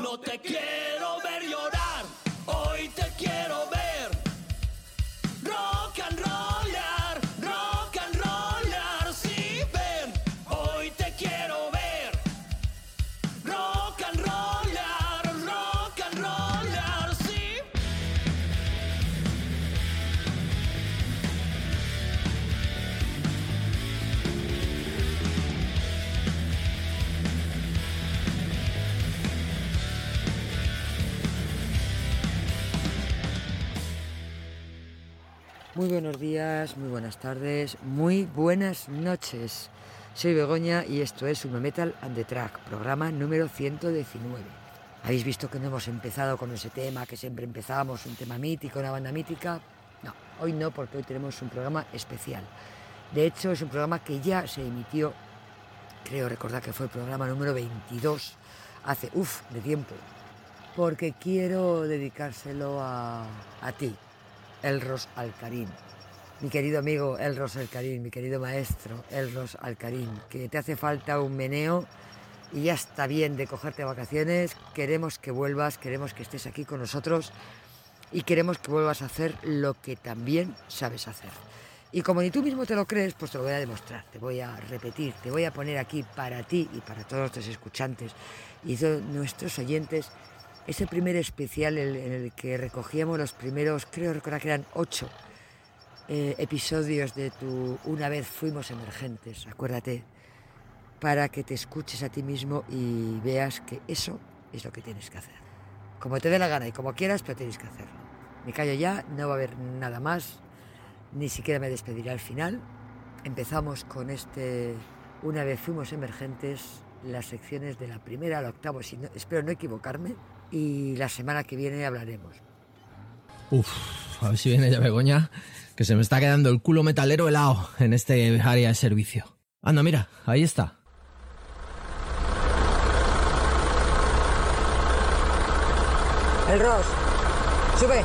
No te quiero ver llorar, hoy te quiero ver rock and rollar, sí ven, hoy te quiero ver rock and rollar, sí. Muy buenos días, muy buenas tardes, muy buenas noches. Soy Begoña y esto es Sumo Metal and the Track, programa número 119. ¿Habéis visto que no hemos empezado con ese tema que siempre empezamos, un tema mítico, una banda mítica? No, hoy no, porque hoy tenemos un programa especial. De hecho, es un programa que ya se emitió, creo recordar que fue el programa número 22, hace de tiempo, porque quiero dedicárselo a ti. Elros Alcarín, mi querido amigo Elros Alcarín, mi querido maestro Elros Alcarín, que te hace falta un meneo y ya está bien de cogerte vacaciones. Queremos que vuelvas, queremos que estés aquí con nosotros y queremos que vuelvas a hacer lo que también sabes hacer. Y como ni tú mismo te lo crees, pues te lo voy a demostrar, te voy a repetir, te voy a poner aquí para ti y para todos nuestros escuchantes y todos nuestros oyentes ese primer especial en el que recogíamos los primeros, creo recordar que eran 8 episodios de tu Una vez fuimos emergentes, acuérdate, para que te escuches a ti mismo y veas que eso es lo que tienes que hacer. Como te dé la gana y como quieras, pero tienes que hacerlo. Me callo ya, no va a haber nada más, ni siquiera me despediré al final. Empezamos con este Una vez fuimos emergentes, las secciones de la primera a la octava, espero no equivocarme, y la semana que viene hablaremos. A ver si viene ya Begoña, que se me está quedando el culo metalero helado en este área de servicio. Anda, mira, ahí está. El Ross, sube.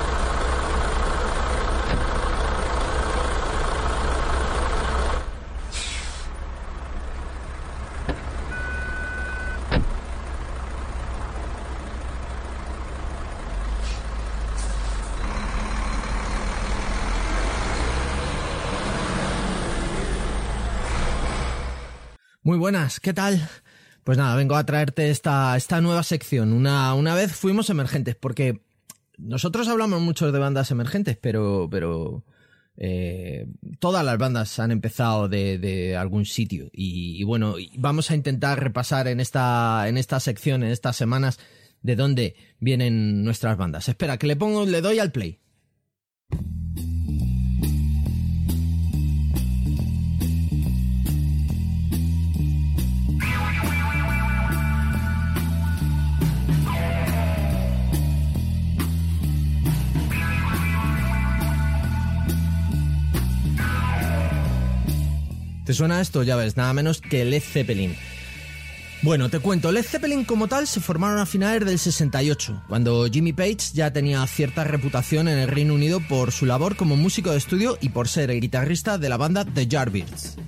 Muy buenas, ¿qué tal? Pues nada, vengo a traerte esta nueva sección. Una vez fuimos emergentes, porque nosotros hablamos mucho de bandas emergentes, pero todas las bandas han empezado de algún sitio. Y bueno, vamos a intentar repasar en esta sección, en estas semanas, de dónde vienen nuestras bandas. Espera, que le doy al play. ¿Te suena esto? Ya ves, nada menos que Led Zeppelin. Bueno, te cuento, Led Zeppelin como tal se formaron a finales del 68, cuando Jimmy Page ya tenía cierta reputación en el Reino Unido por su labor como músico de estudio y por ser el guitarrista de la banda The Yardbirds.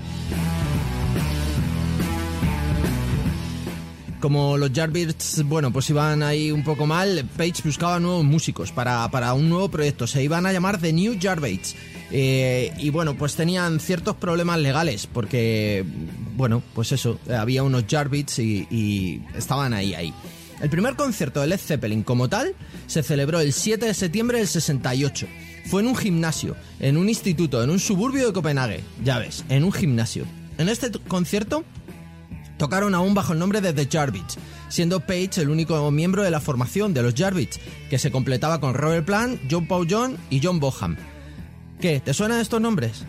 Como los Yardbirds, bueno, pues iban ahí un poco mal, Page buscaba nuevos músicos para un nuevo proyecto, se iban a llamar The New Yardbirds. Y bueno, pues tenían ciertos problemas legales porque, bueno, pues eso, había unos Yardbirds y estaban ahí. El primer concierto de Led Zeppelin como tal se celebró el 7 de septiembre del 68. Fue en un gimnasio, en un instituto, en un suburbio de Copenhague. Ya ves, en un gimnasio. En este concierto tocaron aún bajo el nombre de The Yardbirds, siendo Page el único miembro de la formación de los Yardbirds, que se completaba con Robert Plant, John Paul Jones y John Bonham. ¿Qué? ¿Te suenan estos nombres?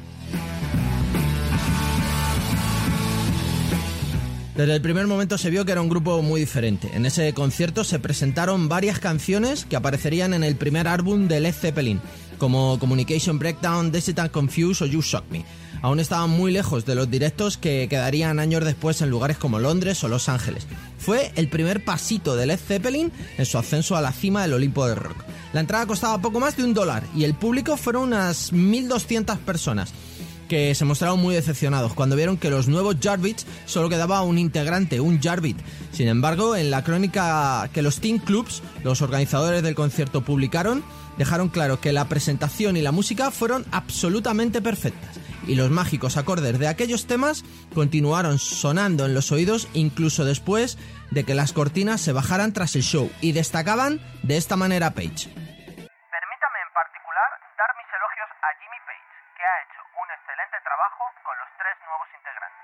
Desde el primer momento se vio que era un grupo muy diferente. En ese concierto se presentaron varias canciones que aparecerían en el primer álbum de Led Zeppelin, como Communication Breakdown, Dazed and Confused o You Shock Me. Aún estaban muy lejos de los directos que quedarían años después en lugares como Londres o Los Ángeles. Fue el primer pasito de Led Zeppelin en su ascenso a la cima del Olimpo del rock. La entrada costaba poco más de $1 y el público fueron unas 1.200 personas. que se mostraron muy decepcionados cuando vieron que los nuevos Jarbeats solo quedaba un integrante, un Jarbeat. Sin embargo, en la crónica que los Teen Clubs, los organizadores del concierto, publicaron, dejaron claro que la presentación y la música fueron absolutamente perfectas, y los mágicos acordes de aquellos temas continuaron sonando en los oídos incluso después de que las cortinas se bajaran tras el show, y destacaban de esta manera Page. Permítame en particular dar mis elogios a Jimmy Page, que ha hecho un excelente trabajo con los 3 nuevos integrantes.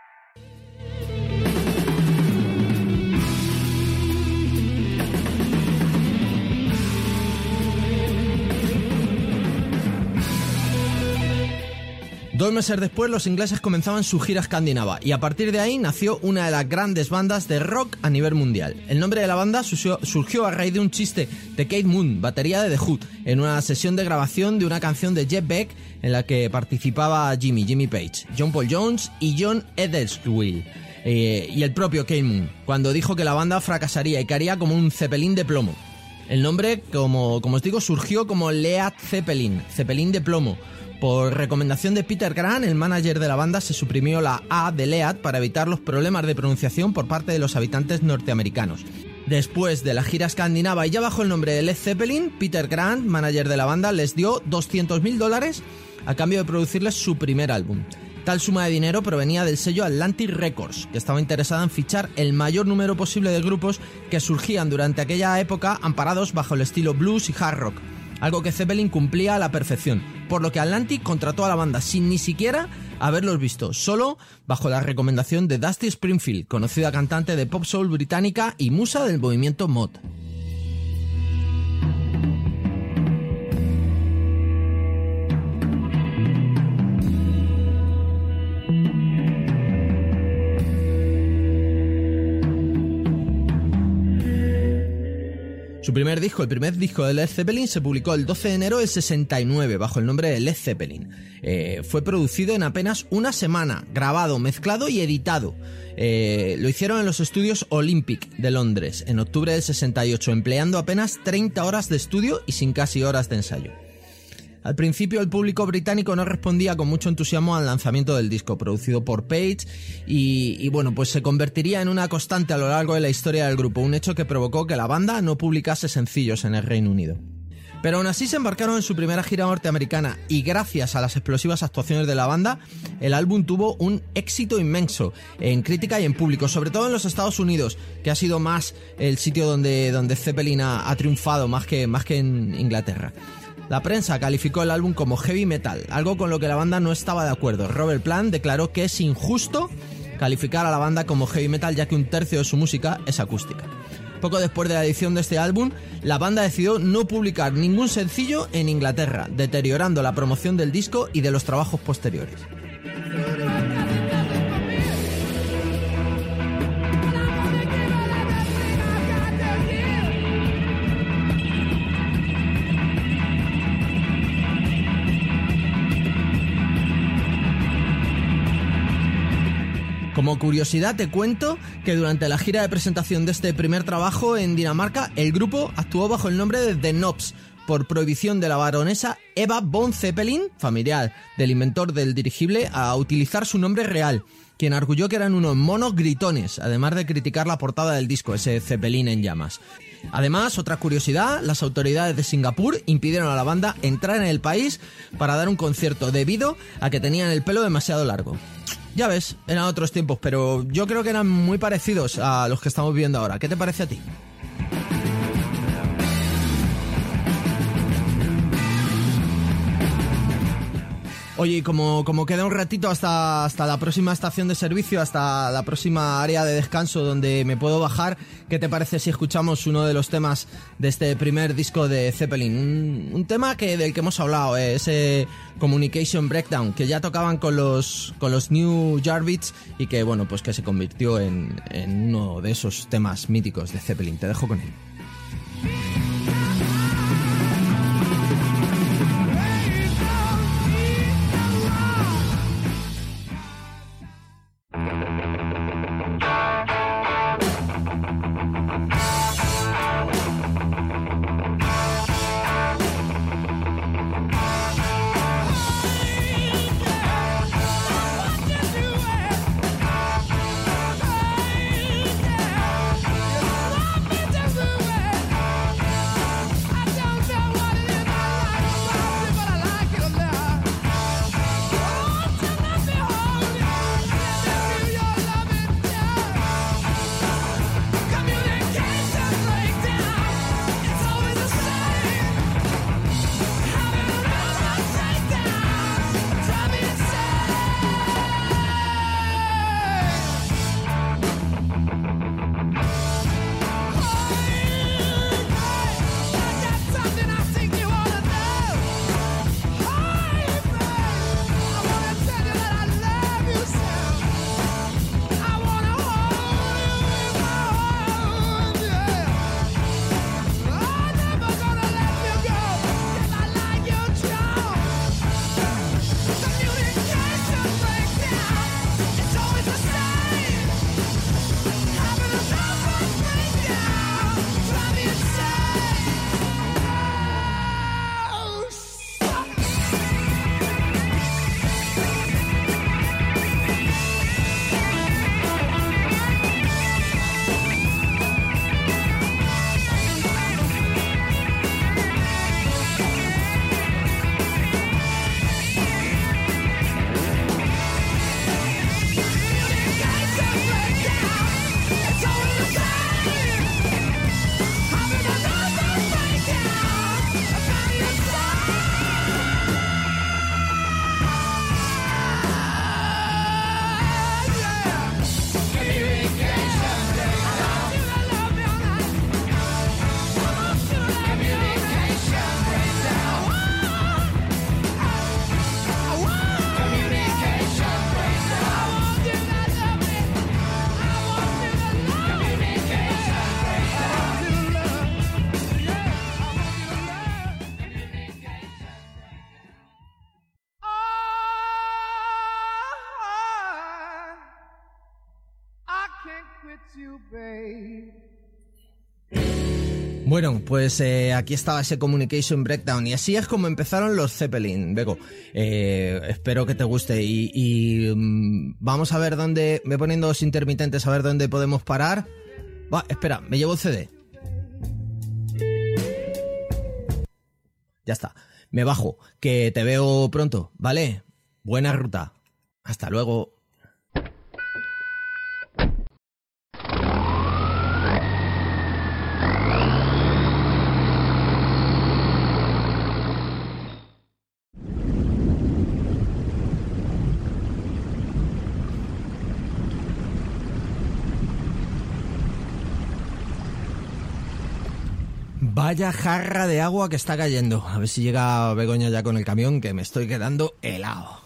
Dos meses después, los ingleses comenzaban su gira escandinava, y a partir de ahí nació una de las grandes bandas de rock a nivel mundial. El nombre de la banda surgió a raíz de un chiste de Keith Moon, batería de The Who, en una sesión de grabación de una canción de Jeff Beck en la que participaba Jimmy Page, John Paul Jones y John Edelswill, y el propio Keith Moon, cuando dijo que la banda fracasaría y que haría como un Zeppelin de plomo. El nombre, como os digo, surgió como Lead Zeppelin, Zeppelin de plomo. Por recomendación de Peter Grant, el manager de la banda, se suprimió la A de Lead para evitar los problemas de pronunciación por parte de los habitantes norteamericanos. Después de la gira escandinava y ya bajo el nombre de Led Zeppelin, Peter Grant, manager de la banda, les dio $200,000 a cambio de producirles su primer álbum. Tal suma de dinero provenía del sello Atlantic Records, que estaba interesada en fichar el mayor número posible de grupos que surgían durante aquella época amparados bajo el estilo blues y hard rock, algo que Zeppelin cumplía a la perfección, por lo que Atlantic contrató a la banda sin ni siquiera haberlos visto, solo bajo la recomendación de Dusty Springfield, conocida cantante de pop soul británica y musa del movimiento mod. Su primer disco, el primer disco de Led Zeppelin, se publicó el 12 de enero del 69 bajo el nombre de Led Zeppelin. Fue producido en apenas una semana, grabado, mezclado y editado. Lo hicieron en los estudios Olympic de Londres en octubre del 68, empleando apenas 30 horas de estudio y sin casi horas de ensayo. Al principio el público británico no respondía con mucho entusiasmo al lanzamiento del disco, producido por Page, y bueno, pues se convertiría en una constante a lo largo de la historia del grupo, un hecho que provocó que la banda no publicase sencillos en el Reino Unido. Pero aún así se embarcaron en su primera gira norteamericana, y gracias a las explosivas actuaciones de la banda, el álbum tuvo un éxito inmenso en crítica y en público, sobre todo en los Estados Unidos, que ha sido más el sitio donde Zeppelin ha triunfado más que en Inglaterra. La prensa calificó el álbum como heavy metal, algo con lo que la banda no estaba de acuerdo. Robert Plant declaró que es injusto calificar a la banda como heavy metal, ya que un tercio de su música es acústica. Poco después de la edición de este álbum, la banda decidió no publicar ningún sencillo en Inglaterra, deteriorando la promoción del disco y de los trabajos posteriores. Como curiosidad te cuento que durante la gira de presentación de este primer trabajo en Dinamarca, el grupo actuó bajo el nombre de The Knobs, por prohibición de la baronesa Eva von Zeppelin, familiar del inventor del dirigible, a utilizar su nombre real, quien arguyó que eran unos monos gritones, además de criticar la portada del disco, ese Zeppelin en llamas. Además, otra curiosidad, las autoridades de Singapur impidieron a la banda entrar en el país para dar un concierto debido a que tenían el pelo demasiado largo. Ya ves, eran otros tiempos, pero yo creo que eran muy parecidos a los que estamos viendo ahora. ¿Qué te parece a ti? Oye, como queda un ratito hasta la próxima estación de servicio, hasta la próxima área de descanso donde me puedo bajar, ¿qué te parece si escuchamos uno de los temas de este primer disco de Zeppelin? Un tema del que hemos hablado, ese Communication Breakdown, que ya tocaban con los New Jarbeats y que, bueno, pues que se convirtió en uno de esos temas míticos de Zeppelin. Te dejo con él. Bueno, pues aquí estaba ese Communication Breakdown y así es como empezaron los Zeppelin, Bego. Espero que te guste y vamos a ver dónde... Voy poniendo los intermitentes a ver dónde podemos parar. Va, espera, me llevo el CD. Ya está, me bajo, que te veo pronto, ¿vale? Buena ruta. Hasta luego. Vaya jarra de agua que está cayendo. A ver si llega Begoña ya con el camión, que me estoy quedando helado.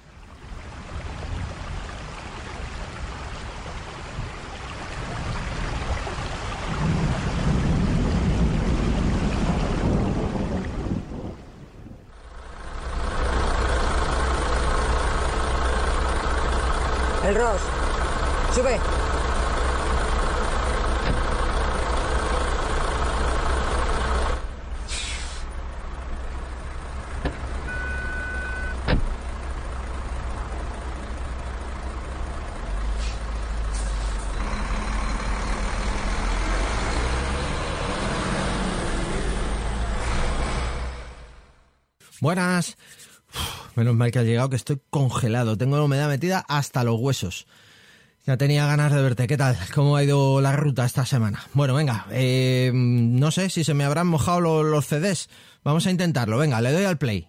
El Ross, sube. Buenas. Menos mal que has llegado, que estoy congelado. Tengo la humedad metida hasta los huesos. Ya tenía ganas de verte. ¿Qué tal? ¿Cómo ha ido la ruta esta semana? Bueno, venga. No sé si se me habrán mojado los CDs. Vamos a intentarlo. Venga, le doy al play.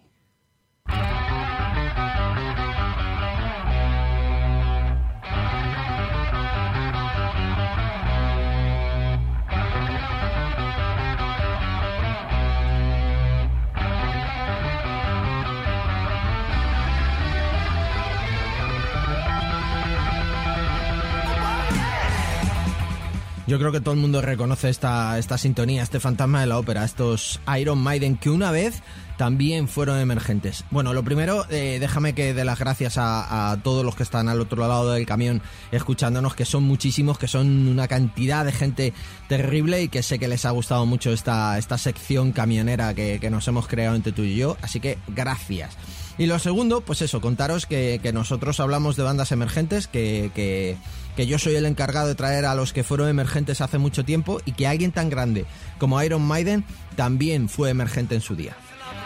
Yo creo que todo el mundo reconoce esta sintonía, este fantasma de la ópera, estos Iron Maiden que una vez también fueron emergentes. Bueno, lo primero, déjame que dé las gracias a todos los que están al otro lado del camión escuchándonos, que son muchísimos, que son una cantidad de gente terrible y que sé que les ha gustado mucho esta sección camionera que nos hemos creado entre tú y yo, así que gracias. Y lo segundo, pues eso, contaros que nosotros hablamos de bandas emergentes, que yo soy el encargado de traer a los que fueron emergentes hace mucho tiempo y que alguien tan grande como Iron Maiden también fue emergente en su día.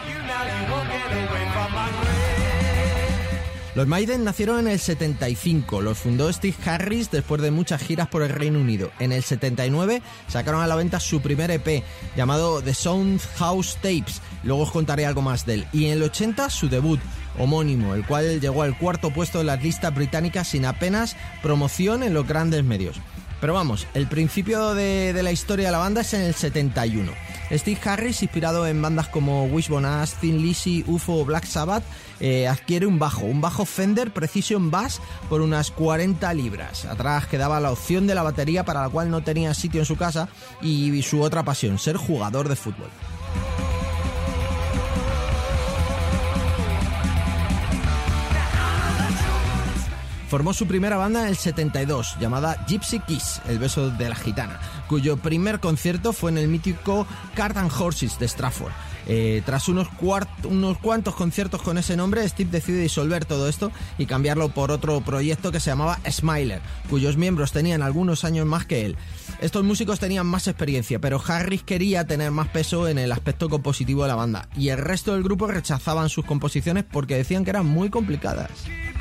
Los Maiden nacieron en el 75, los fundó Steve Harris después de muchas giras por el Reino Unido. En el 79 sacaron a la venta su primer EP llamado The Soundhouse Tapes, luego os contaré algo más de él. Y en el 80 su debut homónimo, el cual llegó al cuarto puesto en las listas británicas sin apenas promoción en los grandes medios. Pero vamos, el principio de la historia de la banda es en el 71. Steve Harris, inspirado en bandas como Wishbone Ash, Thin Lizzy, UFO o Black Sabbath, adquiere un bajo Fender Precision Bass por unas 40 libras. Atrás quedaba la opción de la batería, para la cual no tenía sitio en su casa, y su otra pasión, ser jugador de fútbol. Formó su primera banda en el 72, llamada Gypsy Kiss, el beso de la gitana, cuyo primer concierto fue en el mítico Cart and Horses de Stratford. Tras unos cuantos conciertos con ese nombre, Steve decide disolver todo esto y cambiarlo por otro proyecto que se llamaba Smiler, cuyos miembros tenían algunos años más que él. Estos músicos tenían más experiencia, pero Harris quería tener más peso en el aspecto compositivo de la banda, y el resto del grupo rechazaban sus composiciones porque decían que eran muy complicadas.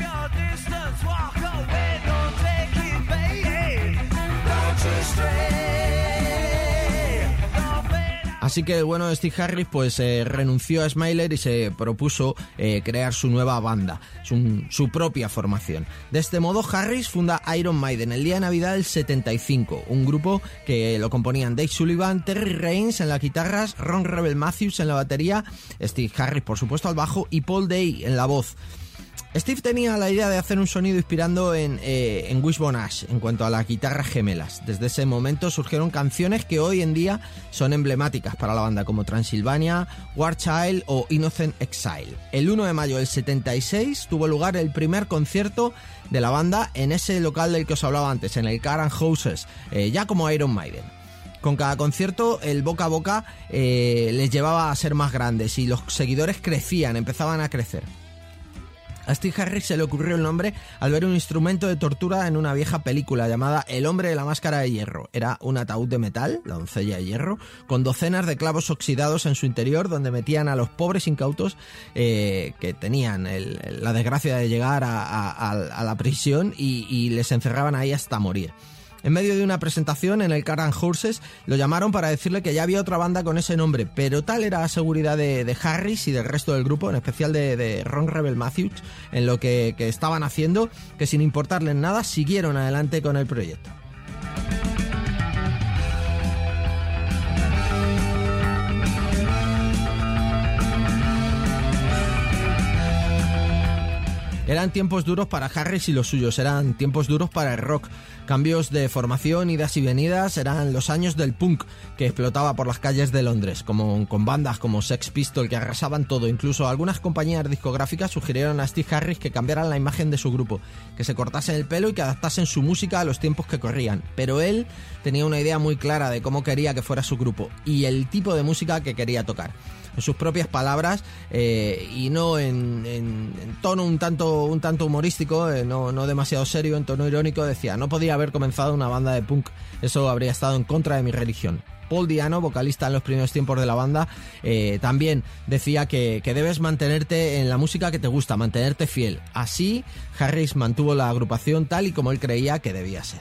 Así que el bueno de Steve Harris pues renunció a Smiler y se propuso crear su nueva banda, su propia formación. De este modo Harris funda Iron Maiden el día de Navidad del 75, un grupo que lo componían Dave Sullivan, Terry Reigns en las guitarras, Ron Rebel Matthews en la batería, Steve Harris por supuesto al bajo y Paul Day en la voz. Steve tenía la idea de hacer un sonido inspirando en Wishbone Ash en cuanto a las guitarras gemelas. Desde ese momento surgieron canciones que hoy en día son emblemáticas para la banda, como Transylvania, War Child o Innocent Exile. El 1 de mayo del 76 tuvo lugar el primer concierto de la banda en ese local del que os hablaba antes, en el Car & Houses, ya como Iron Maiden. Con cada concierto el boca a boca les llevaba a ser más grandes y los seguidores crecían, empezaban a crecer. A Steve Harris se le ocurrió el nombre al ver un instrumento de tortura en una vieja película llamada El hombre de la máscara de hierro. Era un ataúd de metal, la doncella de hierro, con docenas de clavos oxidados en su interior, donde metían a los pobres incautos que tenían la desgracia de llegar a la prisión y les encerraban ahí hasta morir. En medio de una presentación en el Car & Horses lo llamaron para decirle que ya había otra banda con ese nombre, pero tal era la seguridad de Harris y del resto del grupo, en especial de Ron Rebel Matthews, en lo que estaban haciendo, que sin importarles nada siguieron adelante con el proyecto. Eran tiempos duros para Harris y los suyos, eran tiempos duros para el rock. Cambios de formación, idas y venidas, eran los años del punk que explotaba por las calles de Londres, con bandas como Sex Pistols que arrasaban todo. Incluso algunas compañías discográficas sugirieron a Steve Harris que cambiaran la imagen de su grupo, que se cortasen el pelo y que adaptasen su música a los tiempos que corrían. Pero él tenía una idea muy clara de cómo quería que fuera su grupo y el tipo de música que quería tocar. En sus propias palabras y no en tono un tanto humorístico, no demasiado serio, en tono irónico, decía: no podía haber comenzado una banda de punk, eso habría estado en contra de mi religión. Paul Di'Anno, vocalista en los primeros tiempos de la banda, también decía que debes mantenerte en la música que te gusta, mantenerte fiel. Así, Harris mantuvo la agrupación tal y como él creía que debía ser.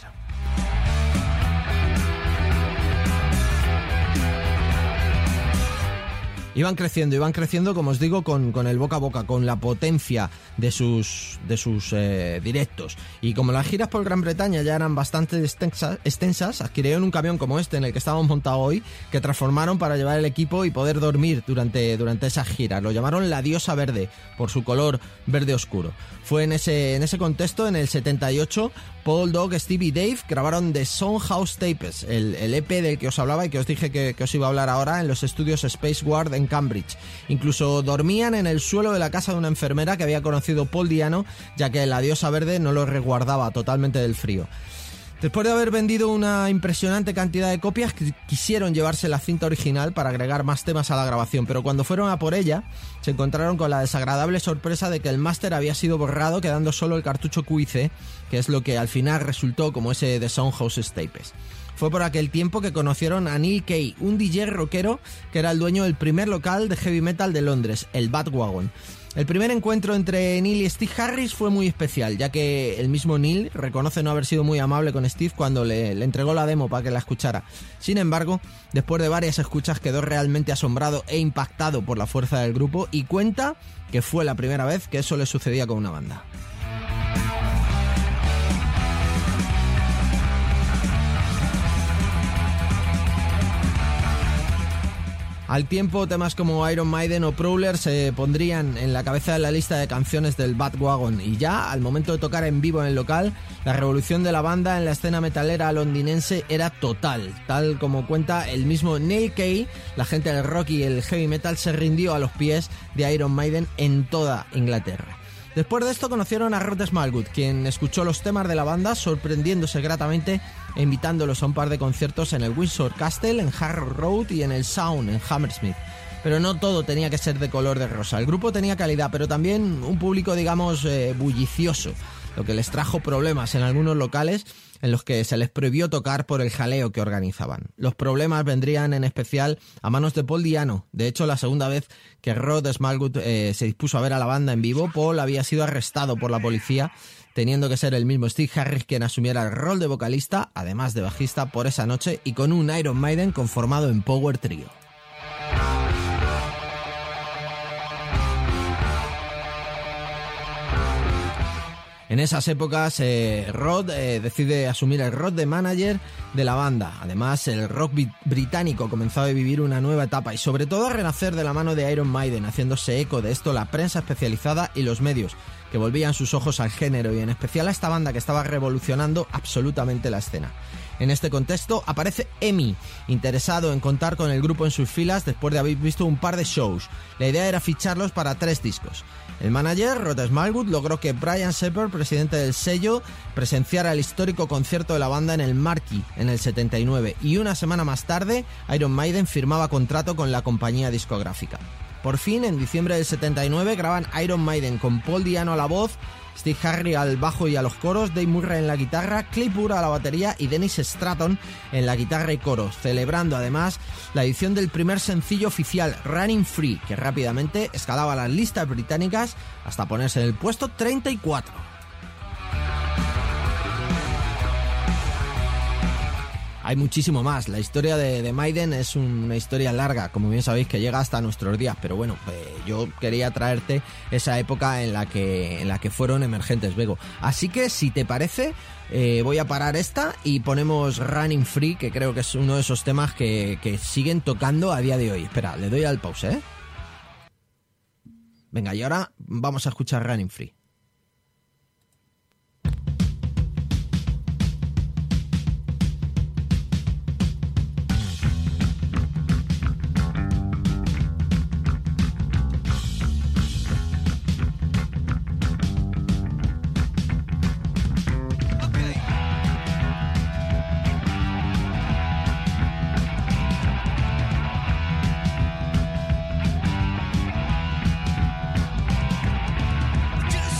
Iban creciendo, como os digo, con el boca a boca, con la potencia de sus directos. Y como las giras por Gran Bretaña ya eran bastante extensas, adquirieron un camión como este en el que estábamos montados hoy, que transformaron para llevar el equipo y poder dormir durante esas giras. Lo llamaron La Diosa Verde, por su color verde oscuro. Fue en ese contexto, en el 78, Paul, Doug, Steve y Dave grabaron The Soundhouse Tapes, el EP del que os hablaba y que os dije que os iba a hablar ahora, en los estudios Space Guard en Cambridge. Incluso dormían en el suelo de la casa de una enfermera que había conocido Paul Di'Anno, ya que La Diosa Verde no lo resguardaba totalmente del frío. Después de haber vendido una impresionante cantidad de copias, quisieron llevarse la cinta original para agregar más temas a la grabación, pero cuando fueron a por ella, se encontraron con la desagradable sorpresa de que el máster había sido borrado, quedando solo el cartucho QIC, que es lo que al final resultó como ese The Soundhouse Tapes. Fue por aquel tiempo que conocieron a Neil Kay, un DJ rockero que era el dueño del primer local de heavy metal de Londres, el Batwagon. El primer encuentro entre Neil y Steve Harris fue muy especial, ya que el mismo Neil reconoce no haber sido muy amable con Steve cuando le entregó la demo para que la escuchara. Sin embargo, después de varias escuchas quedó realmente asombrado e impactado por la fuerza del grupo y cuenta que fue la primera vez que eso le sucedía con una banda. Al tiempo, temas como Iron Maiden o Prowler se pondrían en la cabeza de la lista de canciones del Batwagon, y ya al momento de tocar en vivo en el local, la revolución de la banda en la escena metalera londinense era total. Tal como cuenta el mismo Neil Kay, la gente del rock y el heavy metal se rindió a los pies de Iron Maiden en toda Inglaterra. Después de esto conocieron a Rod Smallwood, quien escuchó los temas de la banda sorprendiéndose gratamente e invitándolos a un par de conciertos en el Windsor Castle, en Harrow Road y en el Sound, en Hammersmith. Pero no todo tenía que ser de color de rosa. El grupo tenía calidad, pero también un público, digamos, bullicioso, lo que les trajo problemas en algunos locales en los que se les prohibió tocar por el jaleo que organizaban. Los problemas vendrían en especial a manos de Paul Di'Anno. De hecho, la segunda vez que Rod Smallwood se dispuso a ver a la banda en vivo, Paul había sido arrestado por la policía, teniendo que ser el mismo Steve Harris quien asumiera el rol de vocalista, además de bajista, por esa noche, y con un Iron Maiden conformado en Power Trio. En esas épocas, Rod decide asumir el rol de manager de la banda. Además, el rock británico comenzaba a vivir una nueva etapa y sobre todo a renacer de la mano de Iron Maiden, haciéndose eco de esto la prensa especializada y los medios, que volvían sus ojos al género y en especial a esta banda que estaba revolucionando absolutamente la escena. En este contexto aparece Emi, interesado en contar con el grupo en sus filas después de haber visto un par de shows. La idea era ficharlos para 3 discos. El manager, Rod Smallwood, logró que Brian Shepard, presidente del sello, presenciara el histórico concierto de la banda en el Marquee en el 79 y una semana más tarde Iron Maiden firmaba contrato con la compañía discográfica. Por fin, en diciembre del 79, graban Iron Maiden con Paul Di'Anno a la voz, Steve Harry al bajo y a los coros, Dave Murray en la guitarra, Cliff Burr a la batería y Dennis Stratton en la guitarra y coros, celebrando además la edición del primer sencillo oficial, Running Free, que rápidamente escalaba las listas británicas hasta ponerse en el puesto 34. Hay muchísimo más. La historia de Maiden es una historia larga, como bien sabéis, que llega hasta nuestros días. Pero bueno, yo quería traerte esa época en la que fueron emergentes, Bego. Así que, si te parece, voy a parar esta y ponemos Running Free, que creo que es uno de esos temas que siguen tocando a día de hoy. Espera, le doy al pause, ¿eh? Venga, y ahora vamos a escuchar Running Free. Just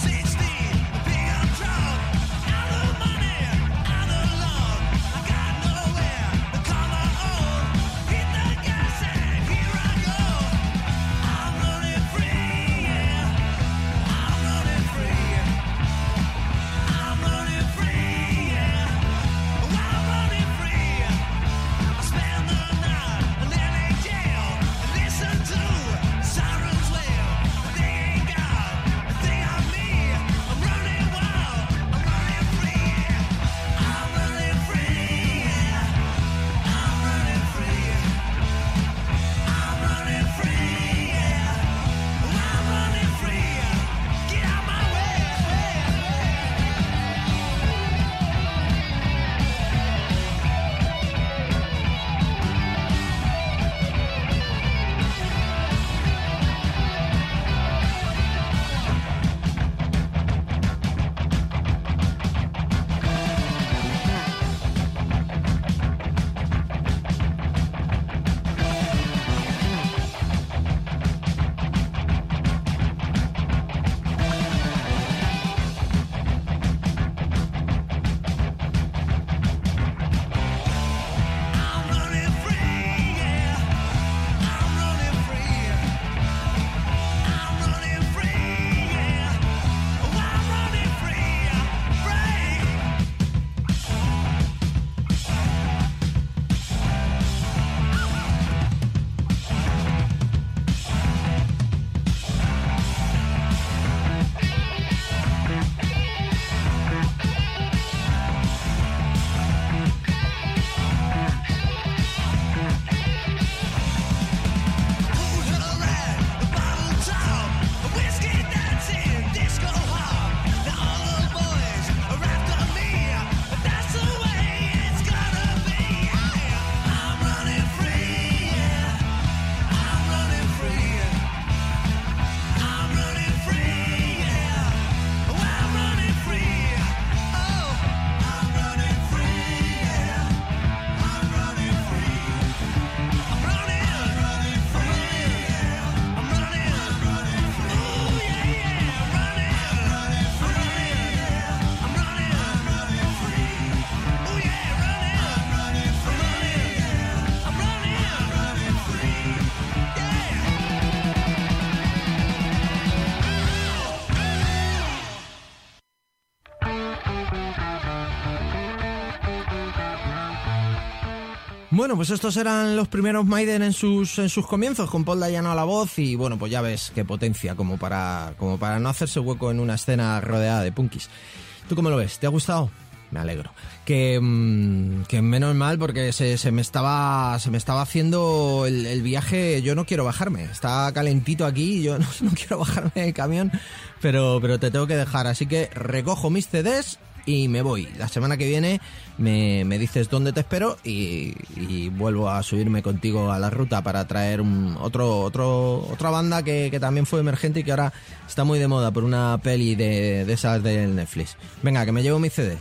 Bueno, pues estos eran los primeros Maiden en sus comienzos, con Paul Dayano a la voz, y bueno, pues ya ves qué potencia, como para no hacerse hueco en una escena rodeada de punkis. ¿Tú cómo lo ves? ¿Te ha gustado? Me alegro. Que menos mal, porque se me estaba haciendo el viaje. Yo no quiero bajarme, está calentito aquí, yo no quiero bajarme del camión, pero te tengo que dejar, así que recojo mis CDs y me voy. La semana que viene me dices dónde te espero y vuelvo a subirme contigo a la ruta para traer otra banda que también fue emergente y que ahora está muy de moda por una peli de esas del Netflix. Venga, que me llevo mi CD.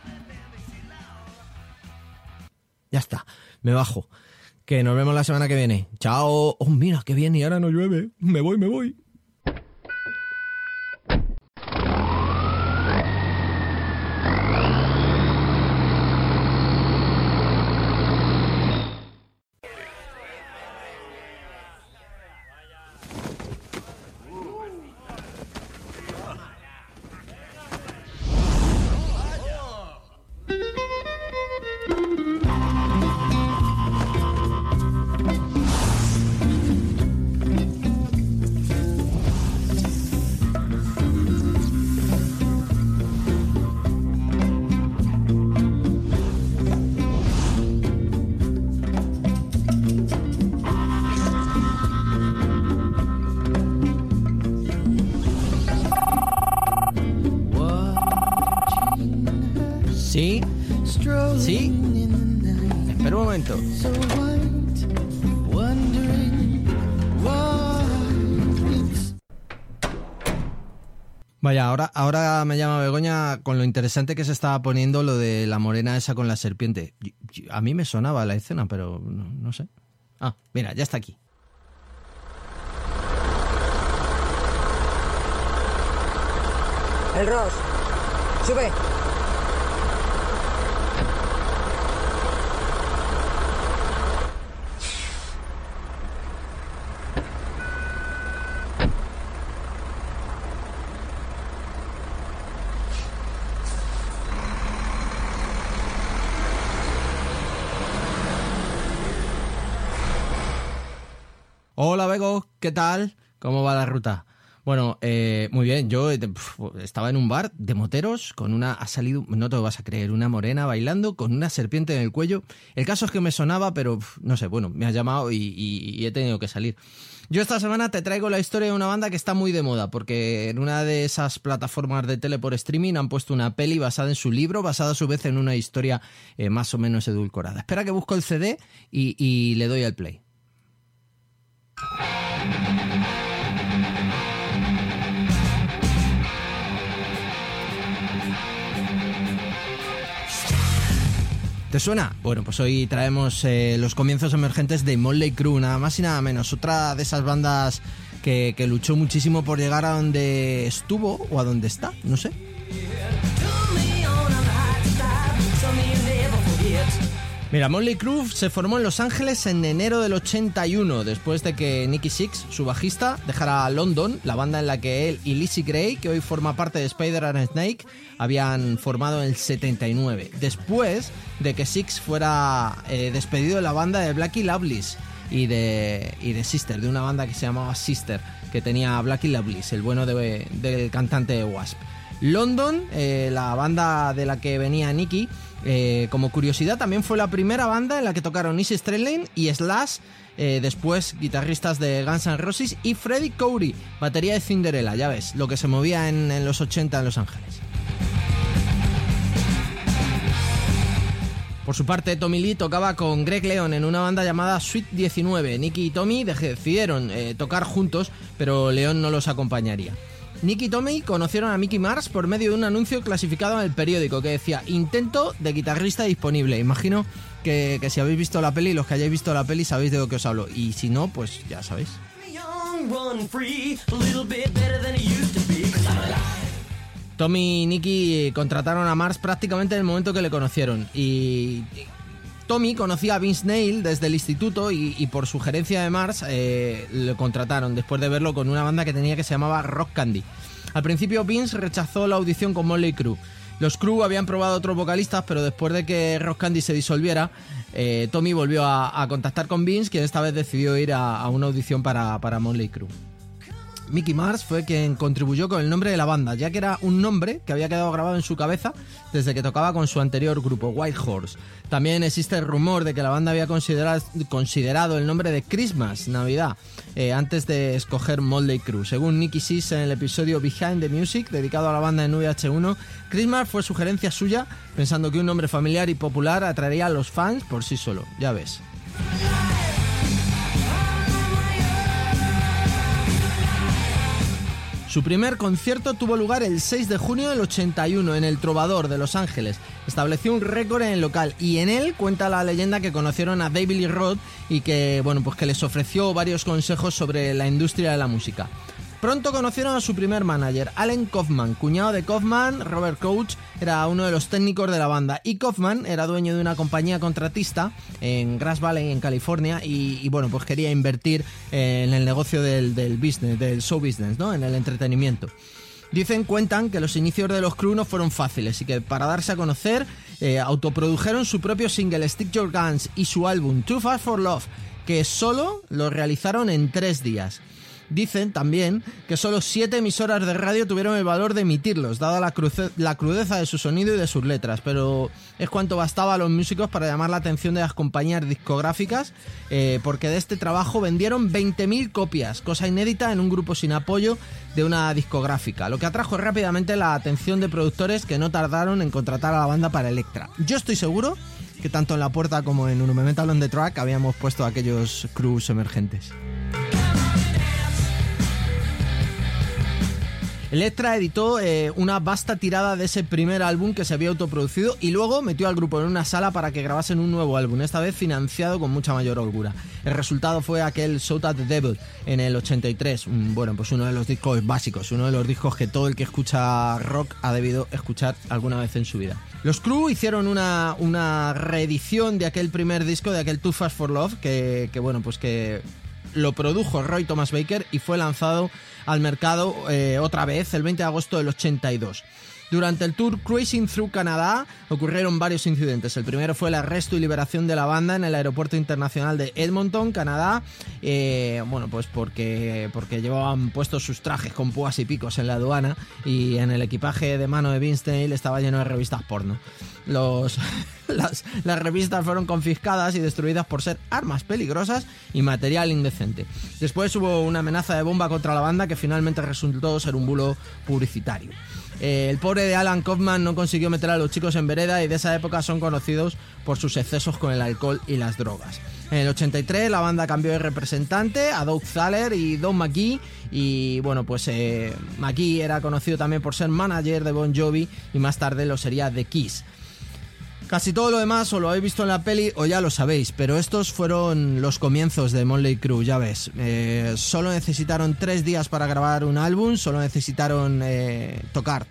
Ya está, me bajo. Que nos vemos la semana que viene. Chao. Oh, mira, qué bien, y ahora no llueve. Me voy. ¿Sí? ¿Sí? Espera un momento. Vaya, ahora me llama Begoña con lo interesante que se estaba poniendo lo de la morena esa con la serpiente. A mí me sonaba la escena, pero no sé. Ah, mira, ya está aquí. El Ross, sube. Hola, Bego, ¿qué tal? ¿Cómo va la ruta? Bueno, muy bien, yo estaba en un bar de moteros con ha salido, no te lo vas a creer, una morena bailando con una serpiente en el cuello. El caso es que me sonaba, pero no sé, bueno, me ha llamado y he tenido que salir. Yo esta semana te traigo la historia de una banda que está muy de moda, porque en una de esas plataformas de tele por streaming han puesto una peli basada en su libro, basada a su vez en una historia más o menos edulcorada. Espera que busco el CD y le doy al play. ¿Te suena? Bueno, pues hoy traemos los comienzos emergentes de Motley Crue, nada más y nada menos. Otra de esas bandas que luchó muchísimo por llegar a donde estuvo o a donde está, no sé. Mira, Motley Crue se formó en Los Ángeles en enero del 81, después de que Nicky Sixx, su bajista, dejara London, la banda en la que él y Lizzie Gray, que hoy forma parte de Spider and Snake, habían formado en el 79, después de que Sixx fuera despedido de la banda de Blackie Lawless y de Sister, de una banda que se llamaba Sister, que tenía Blackie Lawless, el bueno del cantante de Wasp. London, la banda de la que venía Nicky, como curiosidad, también fue la primera banda en la que tocaron Izzy Stradlin y Slash, después guitarristas de Guns N' Roses, y Freddie Cowrie, batería de Cinderella. Ya ves, lo que se movía en los 80 en Los Ángeles. Por su parte, Tommy Lee tocaba con Greg Leon en una banda llamada Sweet 19. Nicky y Tommy decidieron tocar juntos, pero Leon no los acompañaría. Nicky y Tommy conocieron a Mickey Mars por medio de un anuncio clasificado en el periódico que decía intento de guitarrista disponible. Imagino que si habéis visto la peli, los que hayáis visto la peli sabéis de lo que os hablo, y si no, pues ya sabéis. Tommy y Nicky contrataron a Mars prácticamente en el momento que le conocieron, y Tommy conocía a Vince Neil desde el instituto y por sugerencia de Mars lo contrataron después de verlo con una banda que tenía que se llamaba Rock Candy. Al principio Vince rechazó la audición con Motley Crue. Los Crue habían probado otros vocalistas, pero después de que Rock Candy se disolviera, Tommy volvió a contactar con Vince, quien esta vez decidió ir a una audición para Motley Crue. Mickey Mars fue quien contribuyó con el nombre de la banda, ya que era un nombre que había quedado grabado en su cabeza desde que tocaba con su anterior grupo, White Horse. También existe el rumor de que la banda había considerado el nombre de Christmas, Navidad, antes de escoger Motley Crue. Según Nicky Six en el episodio Behind the Music, dedicado a la banda en VH1, Christmas fue sugerencia suya, pensando que un nombre familiar y popular atraería a los fans por sí solo. Ya ves. Su primer concierto tuvo lugar el 6 de junio del 81 en el Trovador de Los Ángeles. Estableció un récord en el local y en él cuenta la leyenda que conocieron a David Lee Roth y que, pues que les ofreció varios consejos sobre la industria de la música. Pronto conocieron a su primer manager, Allen Kaufman, cuñado de Kaufman. Robert Couch era uno de los técnicos de la banda y Kaufman era dueño de una compañía contratista en Grass Valley, en California, y pues quería invertir en el negocio del business, del show business, ¿no? En el entretenimiento. Cuentan que los inicios de los Crue no fueron fáciles y que para darse a conocer autoprodujeron su propio single Stick Your Guns y su álbum Too Fast for Love, que solo lo realizaron en 3 días. Dicen también que solo 7 emisoras de radio tuvieron el valor de emitirlos, dada la crudeza de su sonido y de sus letras, pero es cuanto bastaba a los músicos para llamar la atención de las compañías discográficas, porque de este trabajo vendieron 20.000 copias, cosa inédita en un grupo sin apoyo de una discográfica, lo que atrajo rápidamente la atención de productores que no tardaron en contratar a la banda para Elektra. Yo estoy seguro que tanto en La Puerta como en Un Metal on the Track habíamos puesto aquellos Crews emergentes. Elektra editó una vasta tirada de ese primer álbum que se había autoproducido y luego metió al grupo en una sala para que grabasen un nuevo álbum, esta vez financiado con mucha mayor holgura. El resultado fue aquel Shout at the Devil en el 83, pues uno de los discos básicos, uno de los discos que todo el que escucha rock ha debido escuchar alguna vez en su vida. Los Crue hicieron una reedición de aquel primer disco, de aquel Too Fast for Love, que lo produjo Roy Thomas Baker y fue lanzado al mercado otra vez el 20 de agosto del 82. Durante el tour Cruising Through Canadá ocurrieron varios incidentes. El primero fue el arresto y liberación de la banda en el aeropuerto internacional de Edmonton, Canadá, pues porque llevaban puestos sus trajes con púas y picos en la aduana y en el equipaje de mano de Vince Neil estaba lleno de revistas porno. Las revistas fueron confiscadas y destruidas por ser armas peligrosas y material indecente. Después hubo una amenaza de bomba contra la banda que finalmente resultó ser un bulo publicitario. El pobre de Alan Kaufman no consiguió meter a los chicos en vereda y de esa época son conocidos por sus excesos con el alcohol y las drogas. En el 83 la banda cambió de representante a Doug Thaler y Don McGee y McGee era conocido también por ser manager de Bon Jovi y más tarde lo sería de Kiss. Casi todo lo demás o lo habéis visto en la peli o ya lo sabéis, pero estos fueron los comienzos de Motley Crue, ya ves. Solo necesitaron 3 días para grabar un álbum, solo necesitaron tocar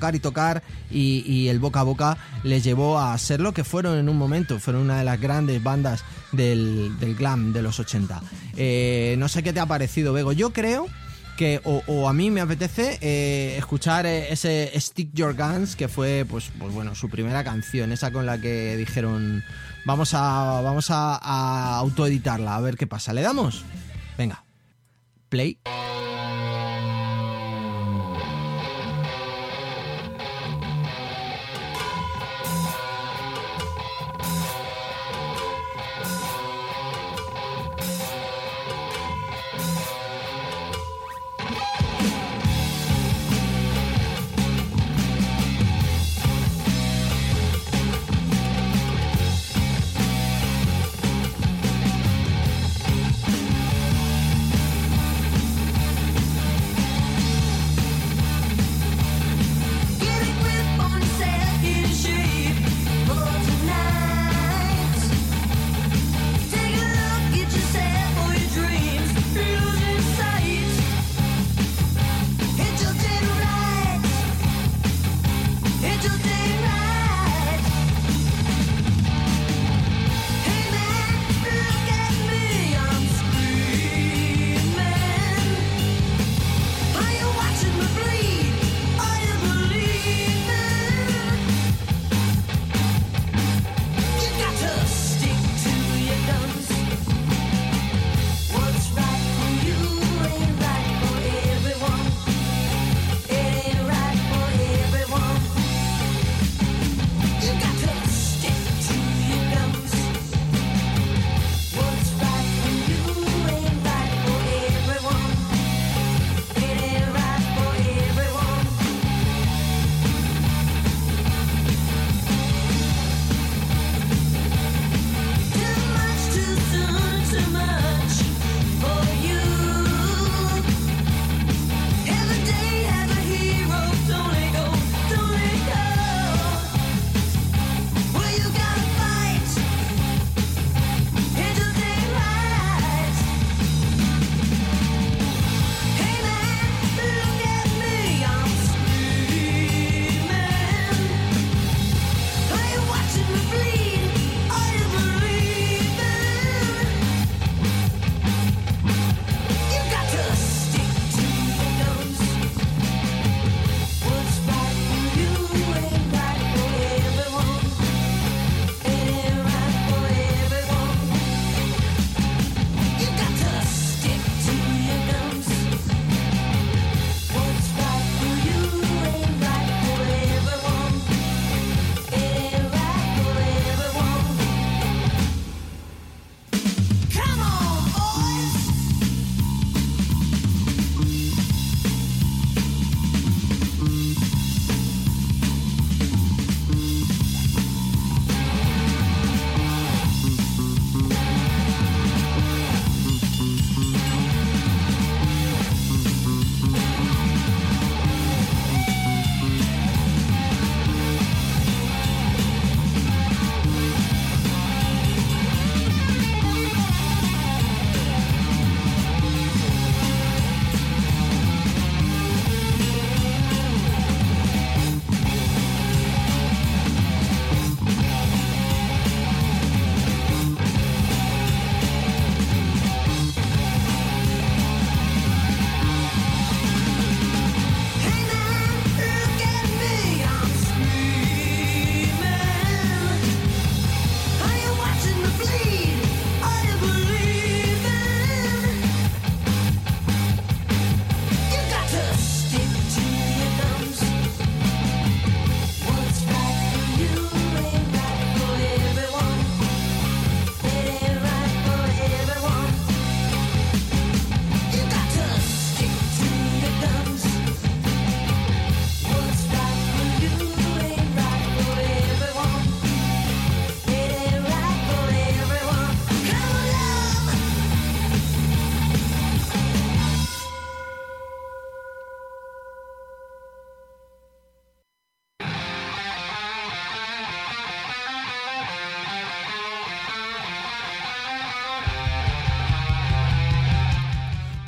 y el boca a boca les llevó a ser lo que fueron en un momento. Fueron una de las grandes bandas del glam de los 80. No sé qué te ha parecido, Bego. Yo creo que o a mí me apetece escuchar ese Stick Your Guns, que fue su primera canción, esa con la que dijeron vamos a autoeditarla, a ver qué pasa. ¿Le damos? Venga, play.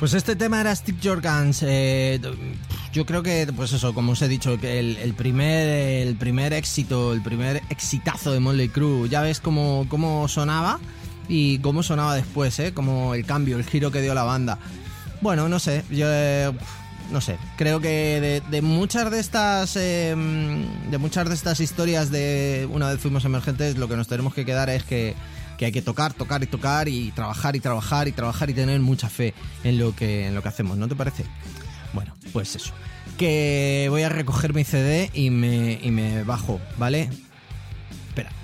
Pues este tema era Stick Your Guns. Yo creo que, pues eso, como os he dicho, que el primer éxito, el primer exitazo de Mötley Crüe, ya ves cómo sonaba y cómo sonaba después, como el cambio, el giro que dio la banda. Bueno, no sé, yo no sé, creo que de muchas de estas historias de Una vez fuimos emergentes, lo que nos tenemos que quedar es que hay que tocar y trabajar y tener mucha fe en lo que hacemos, ¿no te parece? Bueno, pues eso, que voy a recoger mi CD y me bajo, ¿vale? Espera.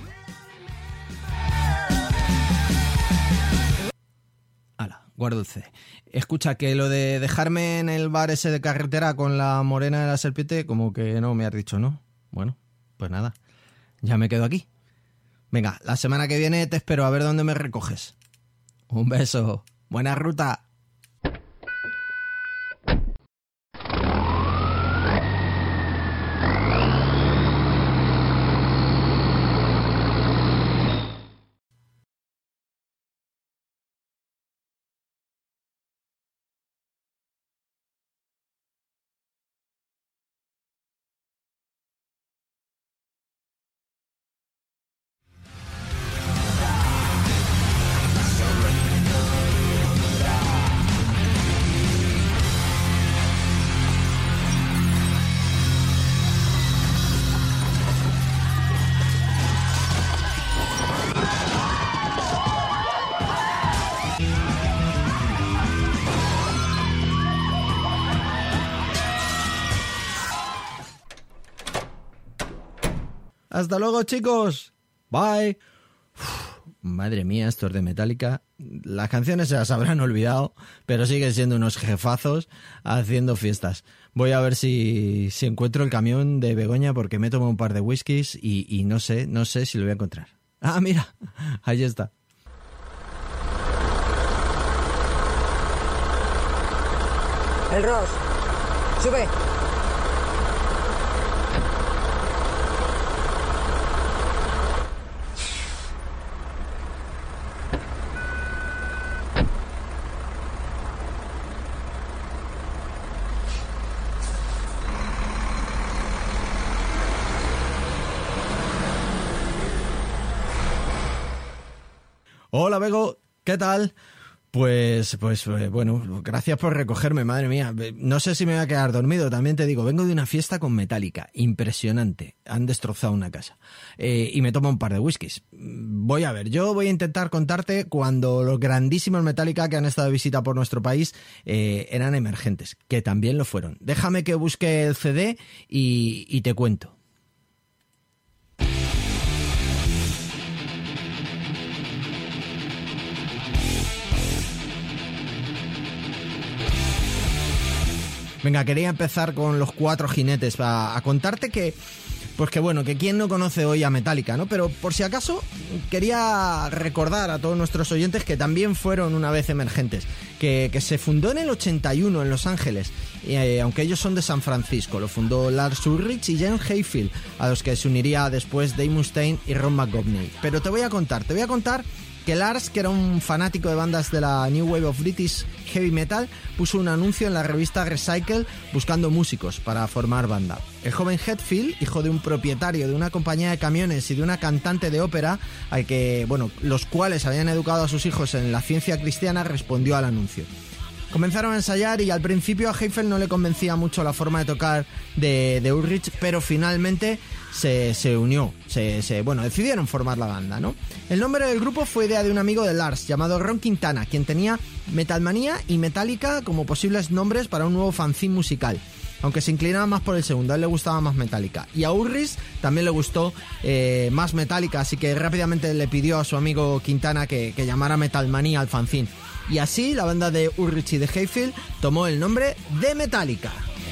Hala, guardo el CD. Escucha, que lo de dejarme en el bar ese de carretera con la morena de la serpiente, como que no me has dicho, ¿no? Bueno, pues nada, ya me quedo aquí. Venga, la semana que viene te espero a ver dónde me recoges. Un beso. Buena ruta. Hasta luego, chicos. Bye. Madre mía, estos de Metallica. Las canciones se las habrán olvidado, pero siguen siendo unos jefazos haciendo fiestas. Voy a ver si encuentro el camión de Begoña, porque me he tomado un par de whiskies y no sé si lo voy a encontrar. Ah, mira, ahí está. El Ross, sube. Hola, Bego, ¿qué tal? Pues bueno, gracias por recogerme, madre mía. No sé si me voy a quedar dormido, también te digo, vengo de una fiesta con Metallica, impresionante, han destrozado una casa. Y me tomo un par de whiskies. Yo voy a intentar contarte cuando los grandísimos Metallica que han estado de visita por nuestro país eran emergentes, que también lo fueron. Déjame que busque el CD y te cuento. Venga, quería empezar con los Cuatro Jinetes a contarte que quién no conoce hoy a Metallica, ¿no? Pero por si acaso quería recordar a todos nuestros oyentes que también fueron una vez emergentes, que se fundó en el 81 en Los Ángeles, aunque ellos son de San Francisco. Lo fundó Lars Ulrich y Jan Hayfield, a los que se uniría después Dave Mustaine y Ron McGovney. Pero te voy a contar que Lars, que era un fanático de bandas de la New Wave of British Heavy Metal, puso un anuncio en la revista Recycle buscando músicos para formar banda. El joven Hetfield, hijo de un propietario de una compañía de camiones y de una cantante de ópera, los cuales habían educado a sus hijos en la ciencia cristiana, respondió al anuncio. Comenzaron a ensayar y al principio a Hayfield no le convencía mucho la forma de tocar de Ulrich, pero finalmente se unió, decidieron formar la banda, ¿no? El nombre del grupo fue idea de un amigo de Lars llamado Ron Quintana, quien tenía Metalmanía y Metallica como posibles nombres para un nuevo fanzine musical, aunque se inclinaba más por el segundo. A él le gustaba más Metallica y a Ulrich también le gustó más Metallica, así que rápidamente le pidió a su amigo Quintana que llamara Metalmanía al fanzine. Y así la banda de Ulrich y de Hayfield tomó el nombre de Metallica.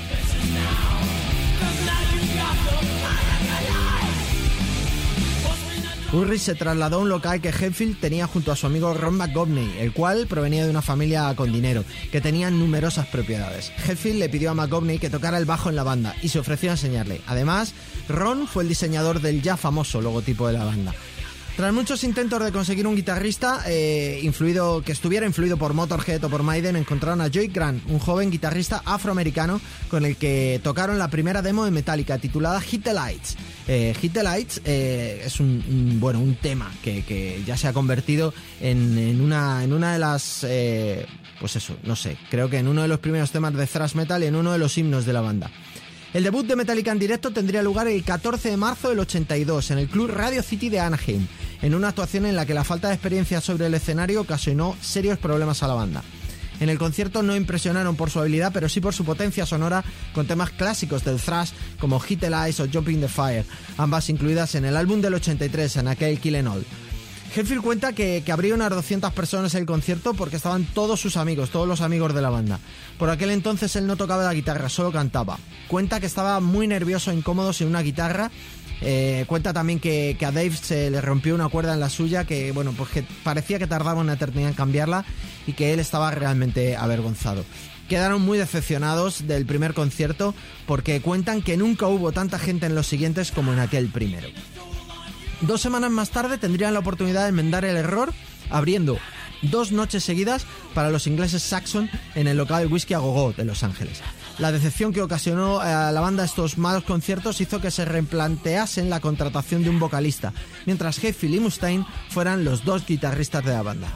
Ulrich se trasladó a un local que Hayfield tenía junto a su amigo Ron McGovney, el cual provenía de una familia con dinero, que tenía numerosas propiedades. Hayfield le pidió a McGovney que tocara el bajo en la banda y se ofreció a enseñarle. Además, Ron fue el diseñador del ya famoso logotipo de la banda. Tras muchos intentos de conseguir un guitarrista que estuviera influido por Motorhead o por Maiden, encontraron a Joey Grant, un joven guitarrista afroamericano con el que tocaron la primera demo de Metallica titulada Hit the Lights. Hit the Lights es un tema que ya se ha convertido en una de las... creo que en uno de los primeros temas de thrash metal y en uno de los himnos de la banda. El debut de Metallica en directo tendría lugar el 14 de marzo del 82 en el Club Radio City de Anaheim, en una actuación en la que la falta de experiencia sobre el escenario ocasionó serios problemas a la banda. En el concierto no impresionaron por su habilidad, pero sí por su potencia sonora, con temas clásicos del thrash como Hit the Lights o Jump in the Fire, ambas incluidas en el álbum del 83, en aquel Kill 'Em All. Hetfield cuenta que habría unas 200 personas en el concierto porque estaban todos sus amigos, todos los amigos de la banda. Por aquel entonces él no tocaba la guitarra, solo cantaba. Cuenta que estaba muy nervioso e incómodo sin una guitarra. Cuenta también que a Dave se le rompió una cuerda en la suya, que parecía que tardaba una eternidad en cambiarla y que él estaba realmente avergonzado. Quedaron muy decepcionados del primer concierto porque cuentan que nunca hubo tanta gente en los siguientes como en aquel primero. 2 semanas más tarde tendrían la oportunidad de enmendar el error abriendo 2 noches seguidas para los ingleses Saxon en el local Whisky a Go-Go de Los Ángeles. La decepción que ocasionó a la banda estos malos conciertos hizo que se replanteasen la contratación de un vocalista, mientras Hetfield y Mustaine fueran los 2 guitarristas de la banda.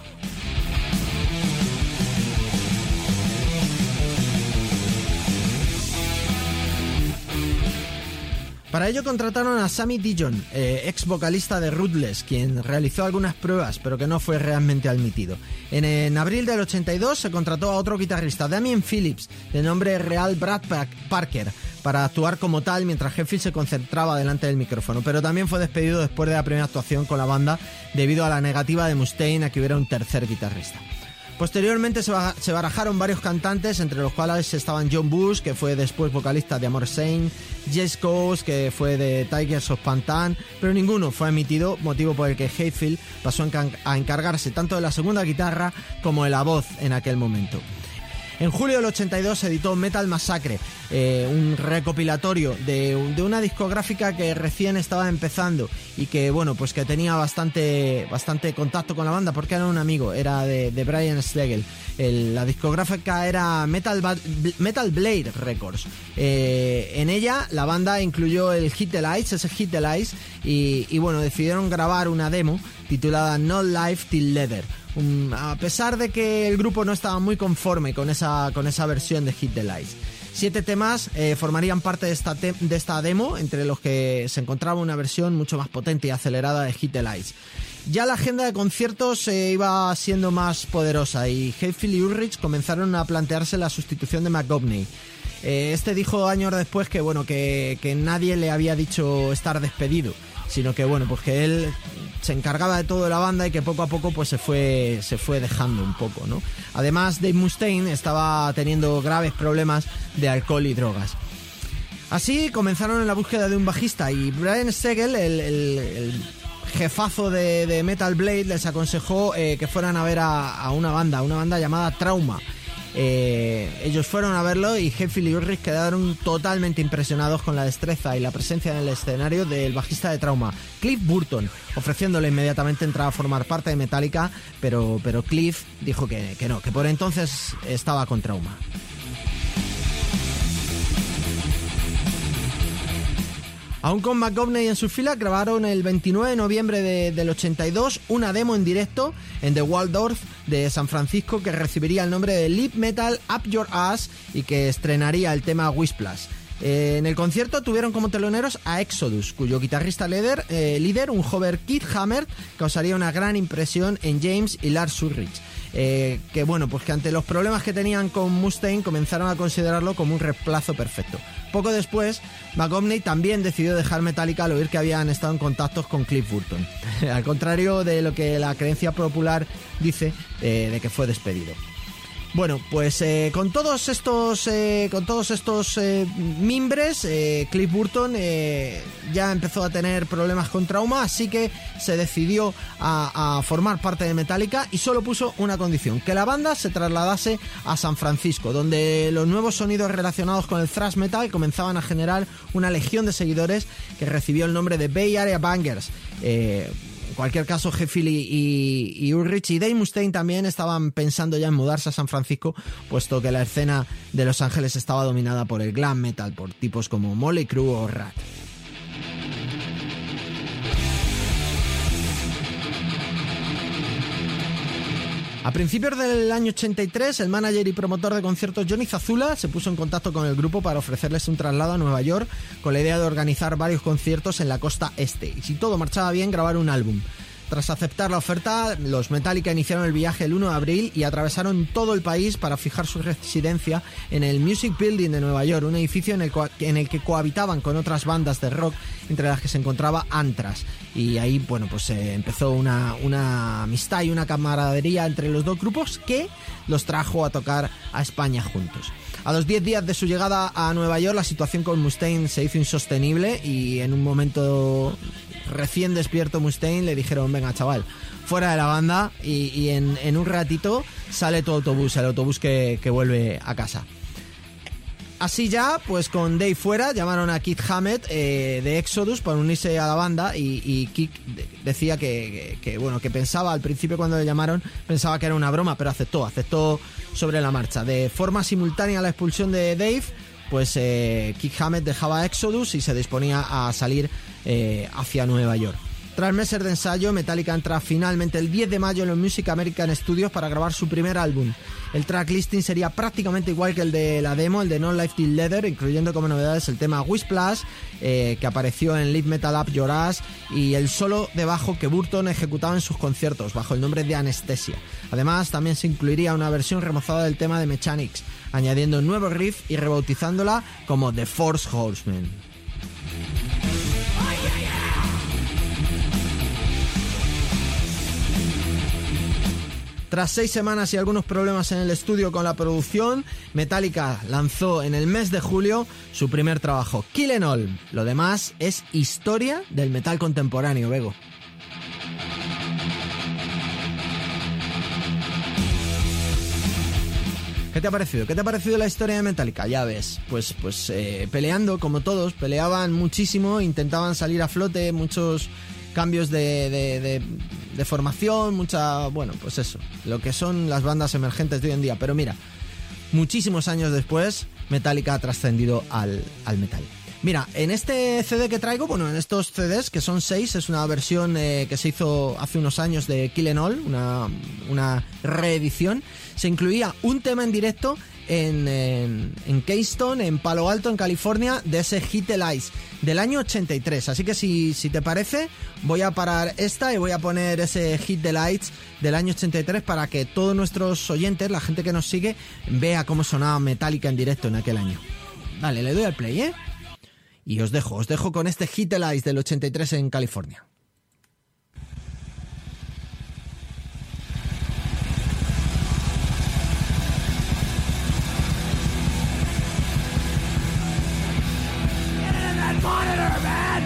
Para ello contrataron a Sammy Dijon, ex vocalista de Ruthless, quien realizó algunas pruebas pero que no fue realmente admitido. En abril del 82 se contrató a otro guitarrista, Damien Phillips, de nombre real Brad Parker, para actuar como tal mientras Hetfield se concentraba delante del micrófono, pero también fue despedido después de la primera actuación con la banda debido a la negativa de Mustaine a que hubiera un tercer guitarrista. Posteriormente se barajaron varios cantantes, entre los cuales estaban John Bush, que fue después vocalista de Amor Saint, Jess Coase, que fue de Tigers of Pantan, pero ninguno fue admitido, motivo por el que Hetfield pasó a encargarse tanto de la segunda guitarra como de la voz en aquel momento. En julio del 82 se editó Metal Massacre, un recopilatorio de una discográfica que recién estaba empezando y que que tenía bastante contacto con la banda porque era un amigo, era de Brian Schlegel. La discográfica era Metal Blade Records. En ella la banda incluyó el Hit the Lights, ese Hit the Lights, y decidieron grabar una demo titulada No Life Till Leather. A pesar de que el grupo no estaba muy conforme con esa versión de Hit the Lights. 7 temas formarían parte de esta demo, entre los que se encontraba una versión mucho más potente y acelerada de Hit the Lights. Ya la agenda de conciertos iba siendo más poderosa y Hetfield y Ulrich comenzaron a plantearse la sustitución de McGovney. Este dijo años después que nadie le había dicho estar despedido, sino que que él se encargaba de todo de la banda y que poco a poco se fue dejando un poco, ¿no? Además, Dave Mustaine estaba teniendo graves problemas de alcohol y drogas. Así comenzaron en la búsqueda de un bajista y Brian Schlegel, el jefazo de Metal Blade, les aconsejó que fueran a ver a una banda llamada Trauma. Ellos fueron a verlo y Hetfield y Ulrich quedaron totalmente impresionados con la destreza y la presencia en el escenario del bajista de Trauma, Cliff Burton, ofreciéndole inmediatamente entrar a formar parte de Metallica, pero Cliff dijo que no, que por entonces estaba con Trauma. Aún con McGovney en su fila, grabaron el 29 de noviembre del 82 una demo en directo en The Waldorf de San Francisco que recibiría el nombre de Live Metal Up Your Ass y que estrenaría el tema Whiplash. En el concierto tuvieron como teloneros a Exodus, cuyo guitarrista líder, un joven Keith Hammer, causaría una gran impresión en James y Lars Ulrich. Que ante los problemas que tenían con Mustaine comenzaron a considerarlo como un reemplazo perfecto. Poco después, McGovney también decidió dejar Metallica al oír que habían estado en contactos con Cliff Burton, al contrario de lo que la creencia popular dice de que fue despedido. Bueno, pues con todos estos mimbres, Cliff Burton ya empezó a tener problemas con Trauma, así que se decidió a formar parte de Metallica y solo puso una condición: que la banda se trasladase a San Francisco, donde los nuevos sonidos relacionados con el thrash metal comenzaban a generar una legión de seguidores que recibió el nombre de Bay Area Bangers. En cualquier caso, Hetfield y Ulrich y Dave Mustaine también estaban pensando ya en mudarse a San Francisco, puesto que la escena de Los Ángeles estaba dominada por el glam metal, por tipos como Motley Crue o Ratt. A principios del año 83, el manager y promotor de conciertos Johnny Zazula se puso en contacto con el grupo para ofrecerles un traslado a Nueva York con la idea de organizar varios conciertos en la costa este y, si todo marchaba bien, grabar un álbum. Tras aceptar la oferta, los Metallica iniciaron el viaje el 1 de abril y atravesaron todo el país para fijar su residencia en el Music Building de Nueva York, un edificio en el que cohabitaban con otras bandas de rock, entre las que se encontraba Anthrax. Y ahí, bueno, pues empezó una amistad y una camaradería entre los dos grupos que los trajo a tocar a España juntos. A los 10 días de su llegada a Nueva York, la situación con Mustaine se hizo insostenible y en un momento recién despierto Mustaine le dijeron: venga, chaval, fuera de la banda y en un ratito sale tu autobús, el autobús que vuelve a casa. Así ya, pues con Dave fuera, llamaron a Kirk Hammett de Exodus para unirse a la banda y Kirk decía que pensaba, al principio cuando le llamaron, pensaba que era una broma, pero aceptó sobre la marcha. De forma simultánea a la expulsión de Dave, pues Kirk Hammett dejaba Exodus y se disponía a salir hacia Nueva York. Tras meses de ensayo, Metallica entra finalmente el 10 de mayo en los Music American Studios para grabar su primer álbum. El tracklisting sería prácticamente igual que el de la demo, el de No Life Till Leather, incluyendo como novedades el tema Whisplash, que apareció en Live Metal Up Your Ass, y el solo de bajo que Burton ejecutaba en sus conciertos bajo el nombre de Anesthesia. Además, también se incluiría una versión remozada del tema de Mechanics, añadiendo un nuevo riff y rebautizándola como The Force Horsemen. Tras 6 semanas y algunos problemas en el estudio con la producción, Metallica lanzó en el mes de julio su primer trabajo, Kill 'Em All. Lo demás es historia del metal contemporáneo, Bego. ¿Qué te ha parecido? ¿Qué te ha parecido la historia de Metallica? Ya ves, pues peleando como todos, peleaban muchísimo, intentaban salir a flote, muchos cambios de formación, pues eso, lo que son las bandas emergentes de hoy en día. Pero mira, muchísimos años después, Metallica ha trascendido al metal. Mira, en este CD que traigo, en estos CDs, que son 6, es una versión que se hizo hace unos años de Kill 'Em All, una reedición. Se incluía un tema en directo en Keystone, en Palo Alto, en California, de ese Hit the Lights del año 83. Así que si te parece, voy a parar esta y voy a poner ese Hit the Lights del año 83 para que todos nuestros oyentes, la gente que nos sigue, vea cómo sonaba Metallica en directo en aquel año. Vale, le doy al play, y os dejo con este Hit the Lights del 83 en California. Monitor, man!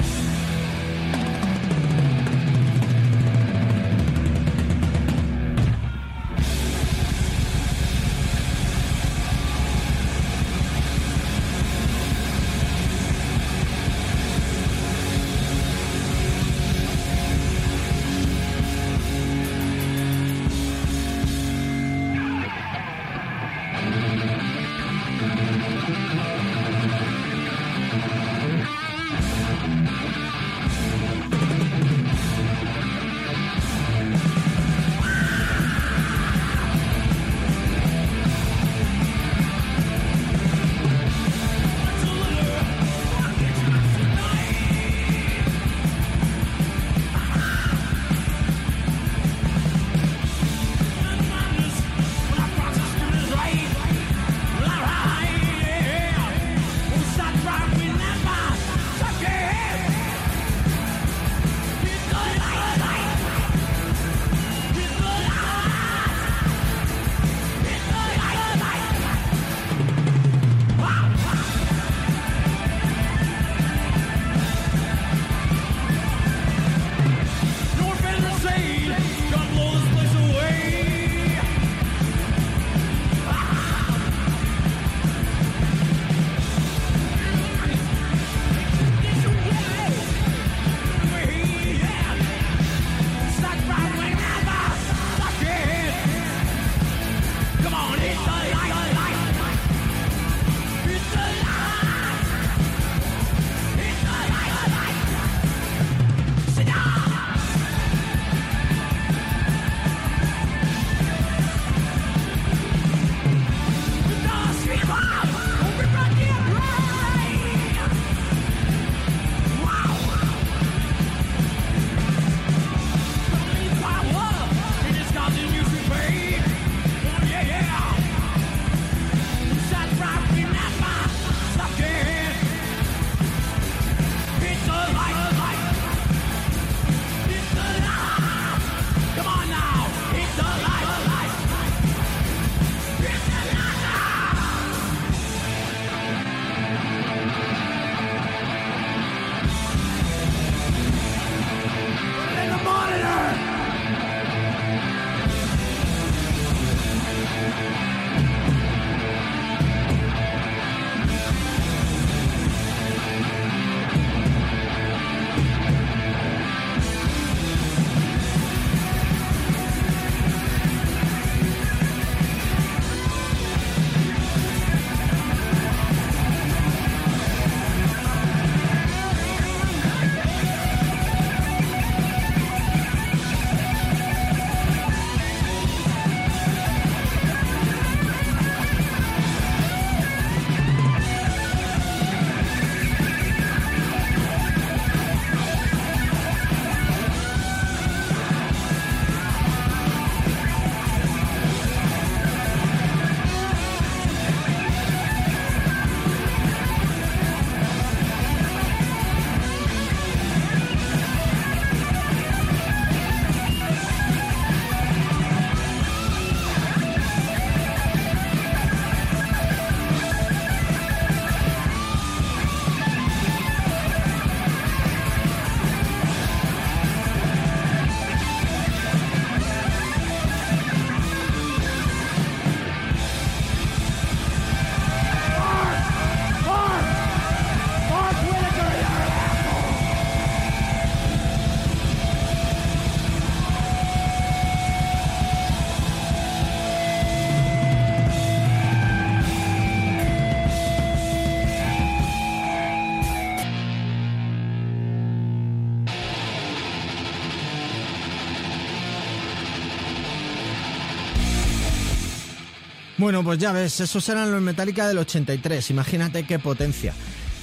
Bueno, pues ya ves, esos eran los Metallica del 83, imagínate qué potencia.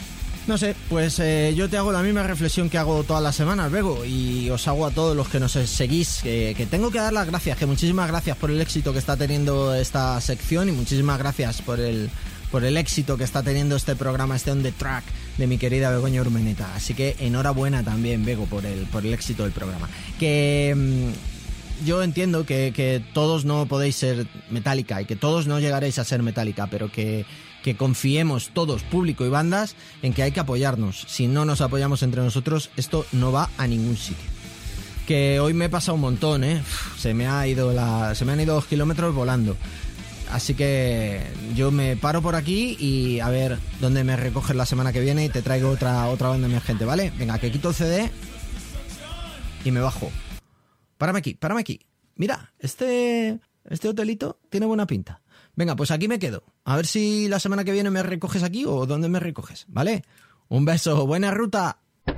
No sé, pues yo te hago la misma reflexión que hago todas las semanas, Bego, y os hago a todos los que nos seguís, que tengo que dar las gracias, que muchísimas gracias por el éxito que está teniendo esta sección y muchísimas gracias por el éxito que está teniendo este programa, este On The Track de mi querida Begoña Urmeneta. Así que enhorabuena también, Bego, por el éxito del programa. Que yo entiendo que todos no podéis ser Metallica y que todos no llegaréis a ser Metallica, pero que confiemos todos, público y bandas, en que hay que apoyarnos. Si no nos apoyamos entre nosotros, esto no va a ningún sitio. Que hoy me he pasado un montón, se me han ido 2 kilómetros volando. Así que yo me paro por aquí y a ver dónde me recoges la semana que viene y te traigo otra banda emergente, ¿vale? Venga, que quito el CD y me bajo. Párame aquí. Mira, este hotelito tiene buena pinta. Venga, pues aquí me quedo. A ver si la semana que viene me recoges aquí o dónde me recoges, ¿vale? Un beso, buena ruta.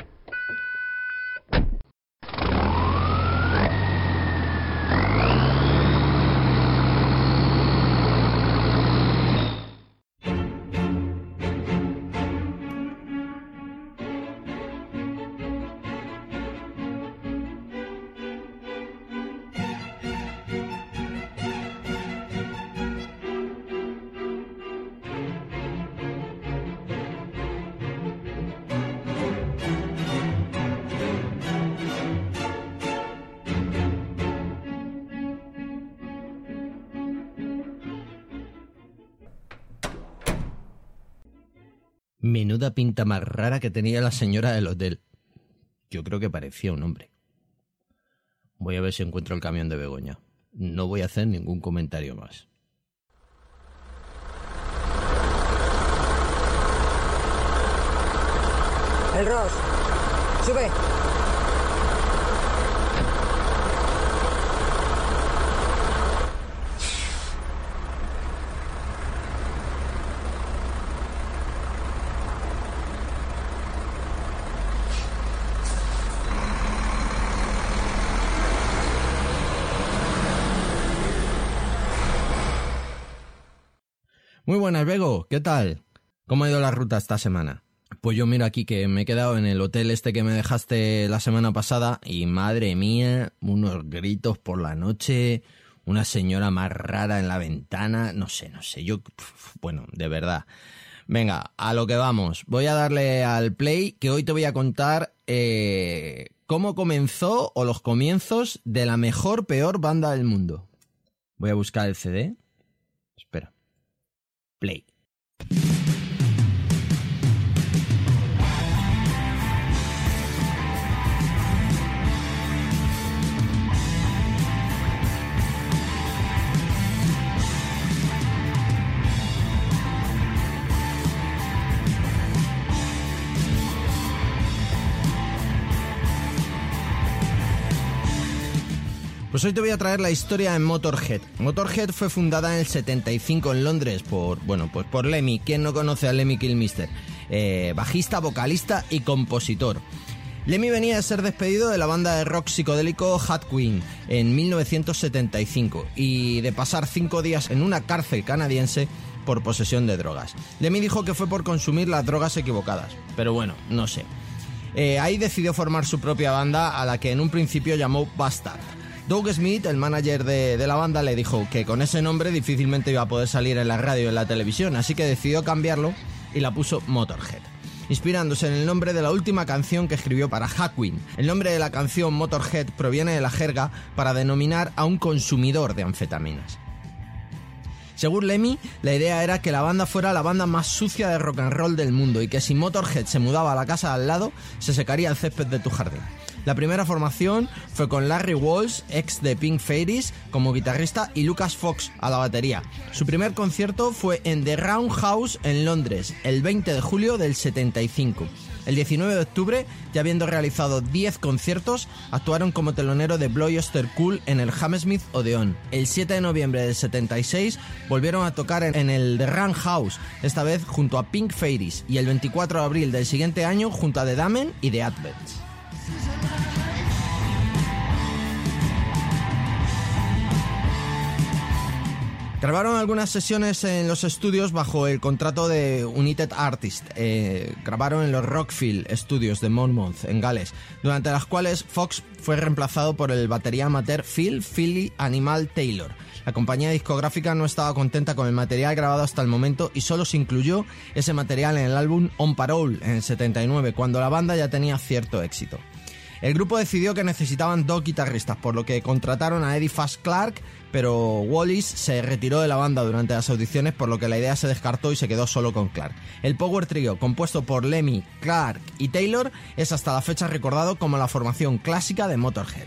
Menuda pinta más rara que tenía la señora del hotel. Yo creo que parecía un hombre. Voy a ver si encuentro el camión de Begoña. No voy a hacer ningún comentario más. El Ross, sube. Muy buenas, Bego, ¿qué tal? ¿Cómo ha ido la ruta esta semana? Pues yo miro aquí que me he quedado en el hotel este que me dejaste la semana pasada y madre mía, unos gritos por la noche, una señora más rara en la ventana, no sé, bueno, de verdad. Venga, a lo que vamos, voy a darle al play que hoy te voy a contar cómo comenzó o los comienzos de la mejor, peor banda del mundo. Voy a buscar el CD. Espera. Play. Pues hoy te voy a traer la historia de Motorhead. Motorhead fue fundada en el 75 en Londres por Lemmy. ¿Quién no conoce a Lemmy Kilmister? Bajista, vocalista y compositor. Lemmy venía de ser despedido de la banda de rock psicodélico Hawkwind en 1975 y de pasar 5 días en una cárcel canadiense por posesión de drogas. Lemmy dijo que fue por consumir las drogas equivocadas, pero bueno, no sé. Ahí decidió formar su propia banda, a la que en un principio llamó Bastard. Doug Smith, el manager de la banda, le dijo que con ese nombre difícilmente iba a poder salir en la radio y en la televisión, así que decidió cambiarlo y la puso Motorhead, inspirándose en el nombre de la última canción que escribió para Hawkwind. El nombre de la canción Motorhead proviene de la jerga para denominar a un consumidor de anfetaminas. Según Lemmy, la idea era que la banda fuera la banda más sucia de rock and roll del mundo y que si Motorhead se mudaba a la casa al lado, se secaría el césped de tu jardín. La primera formación fue con Larry Walsh, ex de Pink Fairies, como guitarrista y Lucas Fox a la batería. Su primer concierto fue en The Roundhouse en Londres, el 20 de julio del 75. El 19 de octubre, ya habiendo realizado 10 conciertos, actuaron como telonero de Blow Oyster Cult en el Hammersmith Odeon. El 7 de noviembre del 76 volvieron a tocar en el The Roundhouse, esta vez junto a Pink Fairies, y el 24 de abril del siguiente año junto a The Damned y The Advents. Grabaron algunas sesiones en los estudios bajo el contrato de United Artists. Grabaron en los Rockfield Studios de Monmouth, en Gales, durante las cuales Fox fue reemplazado por el batería amateur Philly Animal Taylor. La compañía discográfica no estaba contenta con el material grabado hasta el momento y solo se incluyó ese material en el álbum On Parole en el 79, cuando la banda ya tenía cierto éxito. El grupo decidió que necesitaban 2 guitarristas, por lo que contrataron a Eddie Fast Clark, pero Wallis se retiró de la banda durante las audiciones, por lo que la idea se descartó y se quedó solo con Clark. El Power Trio, compuesto por Lemmy, Clark y Taylor, es hasta la fecha recordado como la formación clásica de Motorhead.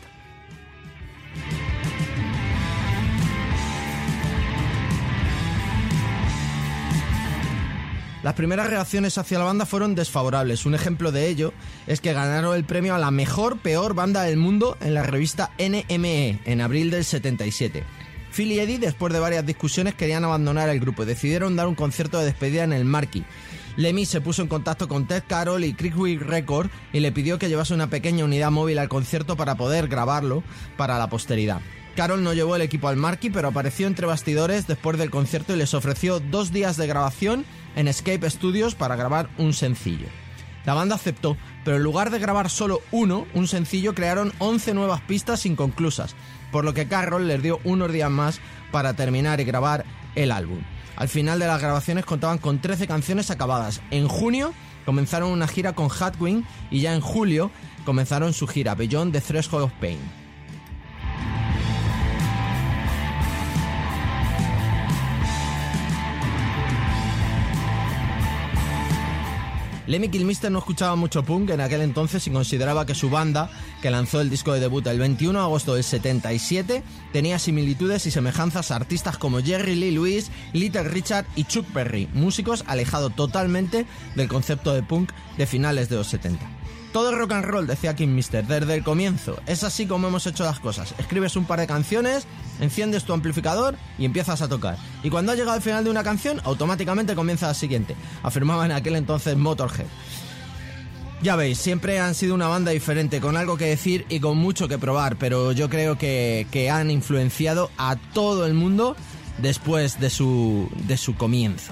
Las primeras reacciones hacia la banda fueron desfavorables. Un ejemplo de ello es que ganaron el premio a la mejor, peor banda del mundo en la revista NME en abril del 77. Phil y Eddie, después de varias discusiones, querían abandonar el grupo y decidieron dar un concierto de despedida en el Marquee. Lemmy se puso en contacto con Ted Carroll y Crickwick Records y le pidió que llevase una pequeña unidad móvil al concierto para poder grabarlo para la posteridad. Carroll no llevó el equipo al Marquee, pero apareció entre bastidores después del concierto y les ofreció 2 días de grabación en Escape Studios para grabar un sencillo. La banda aceptó, pero en lugar de grabar solo un sencillo, crearon 11 nuevas pistas inconclusas, por lo que Carroll les dio unos días más para terminar y grabar el álbum. Al final de las grabaciones contaban con 13 canciones acabadas. En junio comenzaron una gira con Hawkwind y ya en julio comenzaron su gira Beyond the Threshold of Pain. Lemmy Kilmister no escuchaba mucho punk en aquel entonces y consideraba que su banda, que lanzó el disco de debut el 21 de agosto del 77, tenía similitudes y semejanzas a artistas como Jerry Lee Lewis, Little Richard y Chuck Berry, músicos alejados totalmente del concepto de punk de finales de los 70. Todo es rock and roll, decía Kilmister, desde el comienzo. Es así como hemos hecho las cosas. Escribes un par de canciones, enciendes tu amplificador y empiezas a tocar. Y cuando has llegado al final de una canción, automáticamente comienza la siguiente, afirmaba en aquel entonces Motorhead. Ya veis, siempre han sido una banda diferente, con algo que decir y con mucho que probar, pero yo creo que han influenciado a todo el mundo después de su comienzo.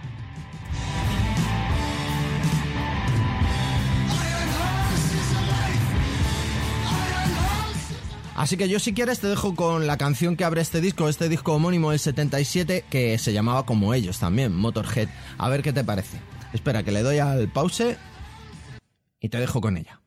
Así que yo, si quieres, te dejo con la canción que abre este disco homónimo del 77, que se llamaba como ellos también, Motorhead. A ver qué te parece. Espera, que le doy al pause y te dejo con ella.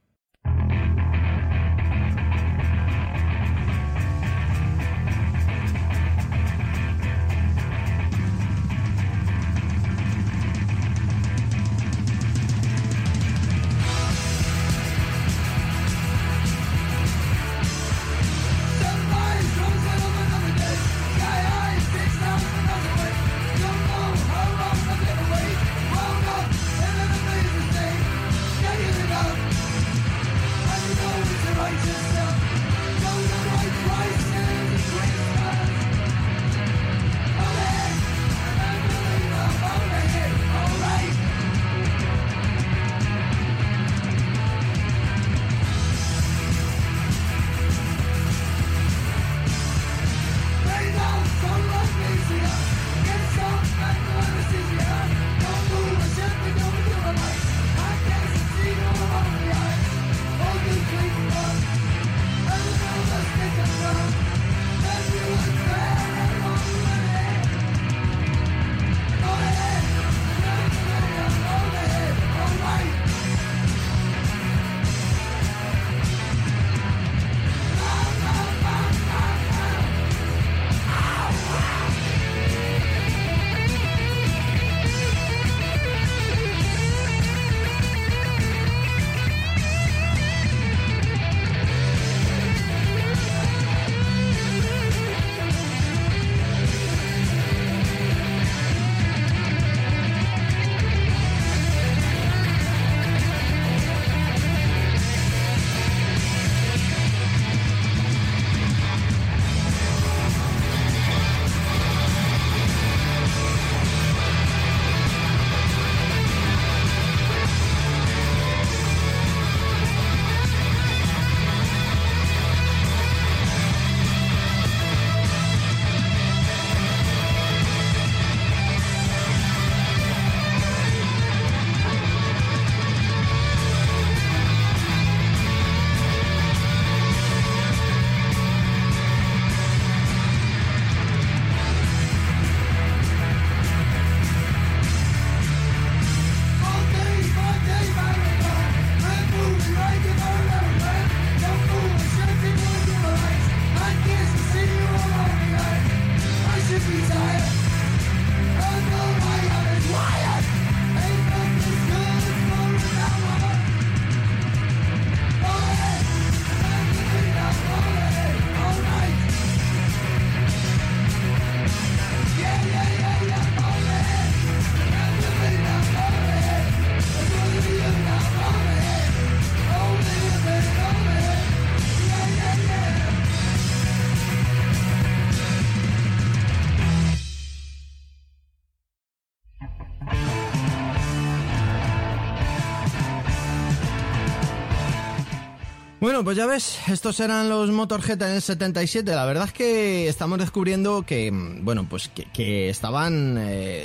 Bueno, pues ya ves, estos eran los Motorhead en el 77. La verdad es que estamos descubriendo que, bueno, pues que estaban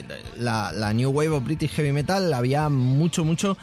la New Wave of British Heavy Metal. Había mucho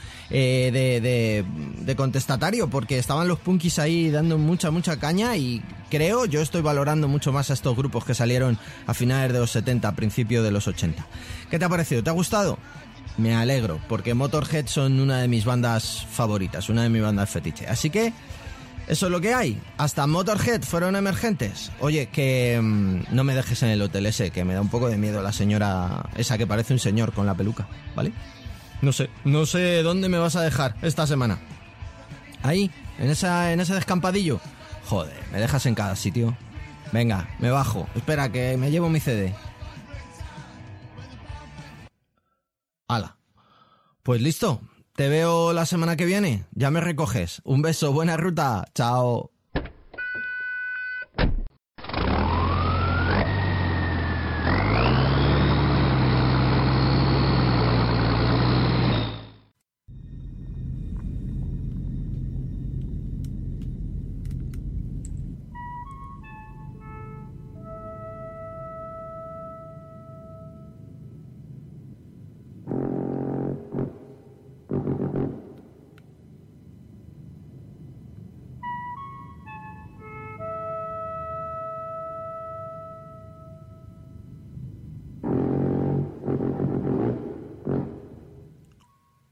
de contestatario, porque estaban los punkis ahí dando mucha caña, y yo estoy valorando mucho más a estos grupos que salieron a finales de los 70, a principios de los 80. ¿Qué te ha parecido? ¿Te ha gustado? Me alegro, porque Motorhead son una de mis bandas favoritas, una de mis bandas fetiche. Así que eso es lo que hay. Hasta Motorhead fueron emergentes. Oye, que no me dejes en el hotel ese, que me da un poco de miedo la señora esa que parece un señor con la peluca, ¿vale? No sé dónde me vas a dejar esta semana. Ahí, en ese descampadillo. Joder, me dejas en cada sitio. Venga, me bajo. Espera, que me llevo mi CD. ¡Hala! Pues listo. Te veo la semana que viene. Ya me recoges. Un beso, buena ruta. Chao.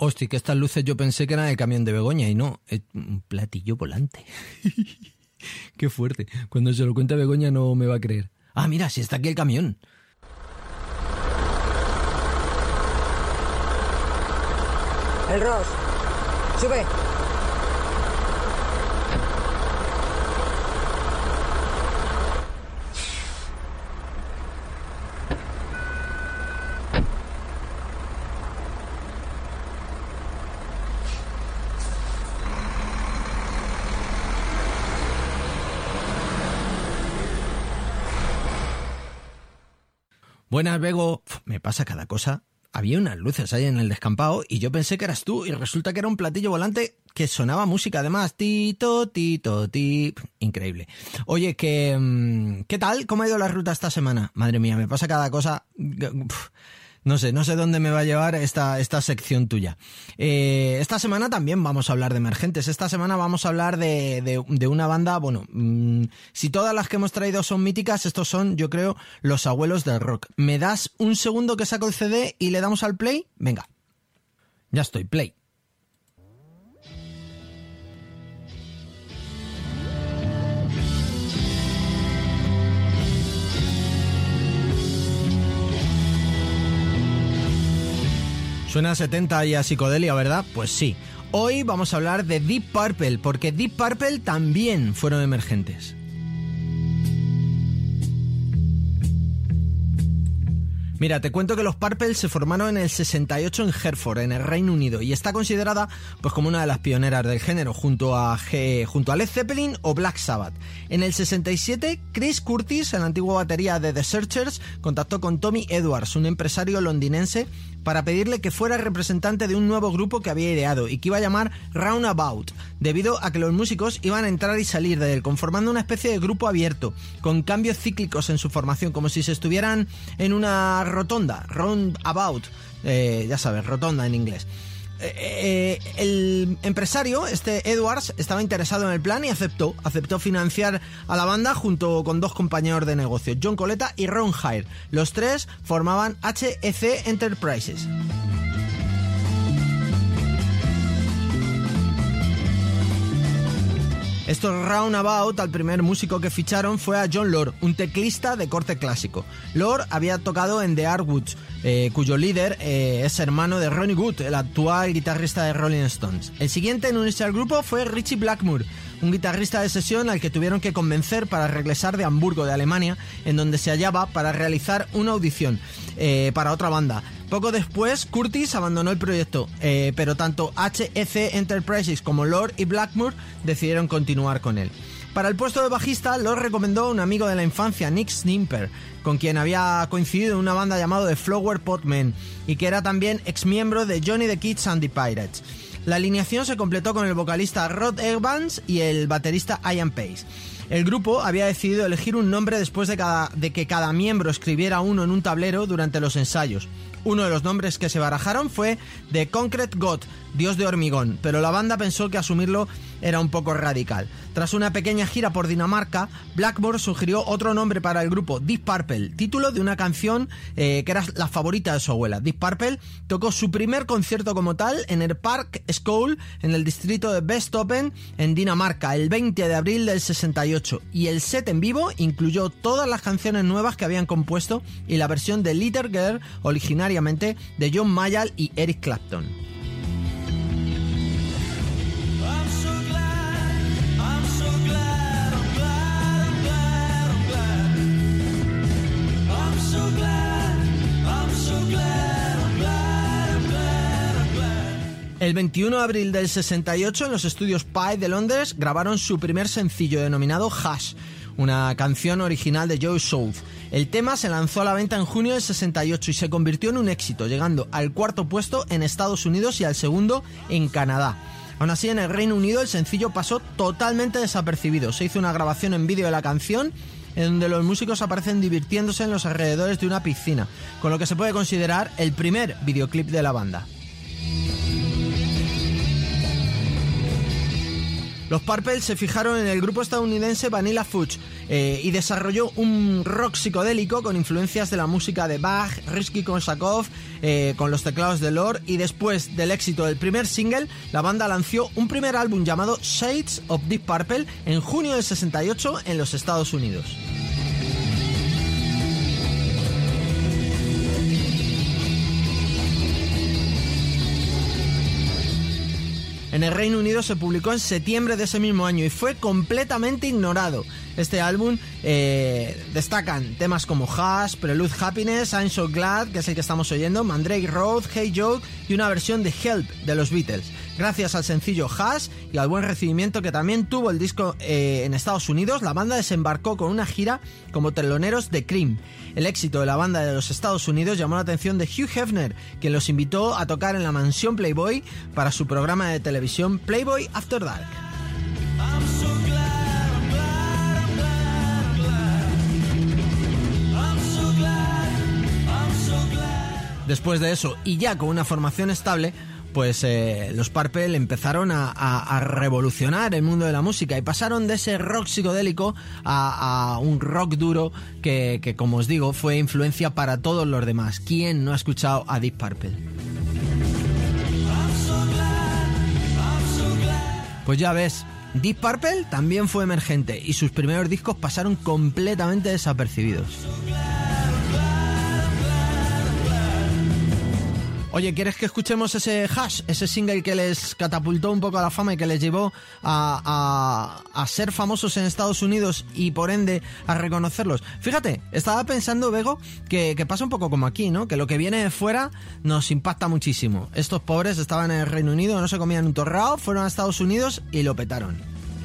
Hostia, que estas luces yo pensé que eran el camión de Begoña y no, es un platillo volante. Qué fuerte. Cuando se lo cuente Begoña no me va a creer. Ah, mira, si está aquí el camión. El Ross, sube. Buenas, Bego. Me pasa cada cosa. Había unas luces ahí en el descampado y yo pensé que eras tú y resulta que era un platillo volante que sonaba música además. Tito, tito, ti. Increíble. Oye, ¿qué tal? ¿Cómo ha ido la ruta esta semana? Madre mía, me pasa cada cosa. No sé dónde me va a llevar esta sección tuya. Esta semana también vamos a hablar de emergentes. Esta semana vamos a hablar de una banda, bueno, si todas las que hemos traído son míticas, estos son, yo creo, los abuelos del rock. ¿Me das un segundo que saco el CD y le damos al play? Venga. Ya estoy, play. Suena a 70 y a psicodelia, ¿verdad? Pues sí. Hoy vamos a hablar de Deep Purple, porque Deep Purple también fueron emergentes. Mira, te cuento que los Purple se formaron en el 68 en Hertford, en el Reino Unido, y está considerada pues como una de las pioneras del género, junto a Led Zeppelin o Black Sabbath. En el 67, Chris Curtis, el antiguo batería de The Searchers, contactó con Tommy Edwards, un empresario londinense, para pedirle que fuera representante de un nuevo grupo que había ideado y que iba a llamar Roundabout, debido a que los músicos iban a entrar y salir de él, conformando una especie de grupo abierto, con cambios cíclicos en su formación, como si se estuvieran en una rotonda, roundabout, ya sabes, rotonda en inglés. El empresario, Edwards, estaba interesado en el plan y aceptó financiar a la banda junto con dos compañeros de negocio, John Coletta y Ron Hire. Los tres formaban HEC Enterprises. Estos Roundabout, al primer músico que ficharon fue a John Lord, un teclista de corte clásico. Lord había tocado en The Hardwoods, cuyo líder es hermano de Ronnie Wood, el actual guitarrista de Rolling Stones. El siguiente en unirse al grupo fue Ritchie Blackmore, un guitarrista de sesión al que tuvieron que convencer para regresar de Hamburgo, de Alemania, en donde se hallaba para realizar una audición para otra banda. Poco después, Curtis abandonó el proyecto, pero tanto HEC Enterprises como Lord y Blackmore decidieron continuar con él. Para el puesto de bajista, Lord recomendó a un amigo de la infancia, Nick Snimper, con quien había coincidido en una banda llamada The Flower Pot Men, y que era también exmiembro de Johnny the Kids and the Pirates. La alineación se completó con el vocalista Rod Evans y el baterista Ian Pace. El grupo había decidido elegir un nombre después de que cada miembro escribiera uno en un tablero durante los ensayos. Uno de los nombres que se barajaron fue The Concrete God, Dios de hormigón, pero la banda pensó que asumirlo era un poco radical. Tras una pequeña gira por Dinamarca, Blackmore sugirió otro nombre para el grupo, Deep Purple, título de una canción que era la favorita de su abuela. Deep Purple tocó su primer concierto como tal en el Park School, en el distrito de Vesthopen, en Dinamarca, el 20 de abril del 68, y el set en vivo incluyó todas las canciones nuevas que habían compuesto y la versión de Little Girl, originariamente de John Mayall y Eric Clapton. El 21 de abril del 68, en los estudios Pye de Londres, grabaron su primer sencillo denominado Hush, una canción original de Joe South. El tema se lanzó a la venta en junio del 68 y se convirtió en un éxito, llegando al cuarto puesto en Estados Unidos y al segundo en Canadá. Aún así, en el Reino Unido el sencillo pasó totalmente desapercibido. Se hizo una grabación en vídeo de la canción, en donde los músicos aparecen divirtiéndose en los alrededores de una piscina, con lo que se puede considerar el primer videoclip de la banda. Los Purple se fijaron en el grupo estadounidense Vanilla Fudge y desarrolló un rock psicodélico con influencias de la música de Bach, Rimsky-Korsakov, con los teclados de Lord, y después del éxito del primer single, la banda lanzó un primer álbum llamado Shades of Deep Purple en junio del 68 en los Estados Unidos. En el Reino Unido se publicó en septiembre de ese mismo año y fue completamente ignorado. Este álbum destacan temas como Hush, Prelude Happiness, I'm So Glad, que es el que estamos oyendo, Mandrake Road, Hey Joe y una versión de Help de los Beatles. Gracias al sencillo Hush y al buen recibimiento que también tuvo el disco en Estados Unidos, la banda desembarcó con una gira como teloneros de Cream. El éxito de la banda de los Estados Unidos llamó la atención de Hugh Hefner, quien los invitó a tocar en la mansión Playboy para su programa de televisión Playboy After Dark. Después de eso, y ya con una formación estable, pues los Purple empezaron a revolucionar el mundo de la música y pasaron de ese rock psicodélico a un rock duro que, como os digo, fue influencia para todos los demás. ¿Quién no ha escuchado a Deep Purple? Pues ya ves, Deep Purple también fue emergente y sus primeros discos pasaron completamente desapercibidos. Oye, ¿quieres que escuchemos ese Hush? Ese single que les catapultó un poco a la fama y que les llevó a ser famosos en Estados Unidos y por ende a reconocerlos. Fíjate, estaba pensando, Bego, que pasa un poco como aquí, ¿no? Que lo que viene de fuera nos impacta muchísimo. Estos pobres estaban en el Reino Unido, no se comían un torrao, fueron a Estados Unidos y lo petaron.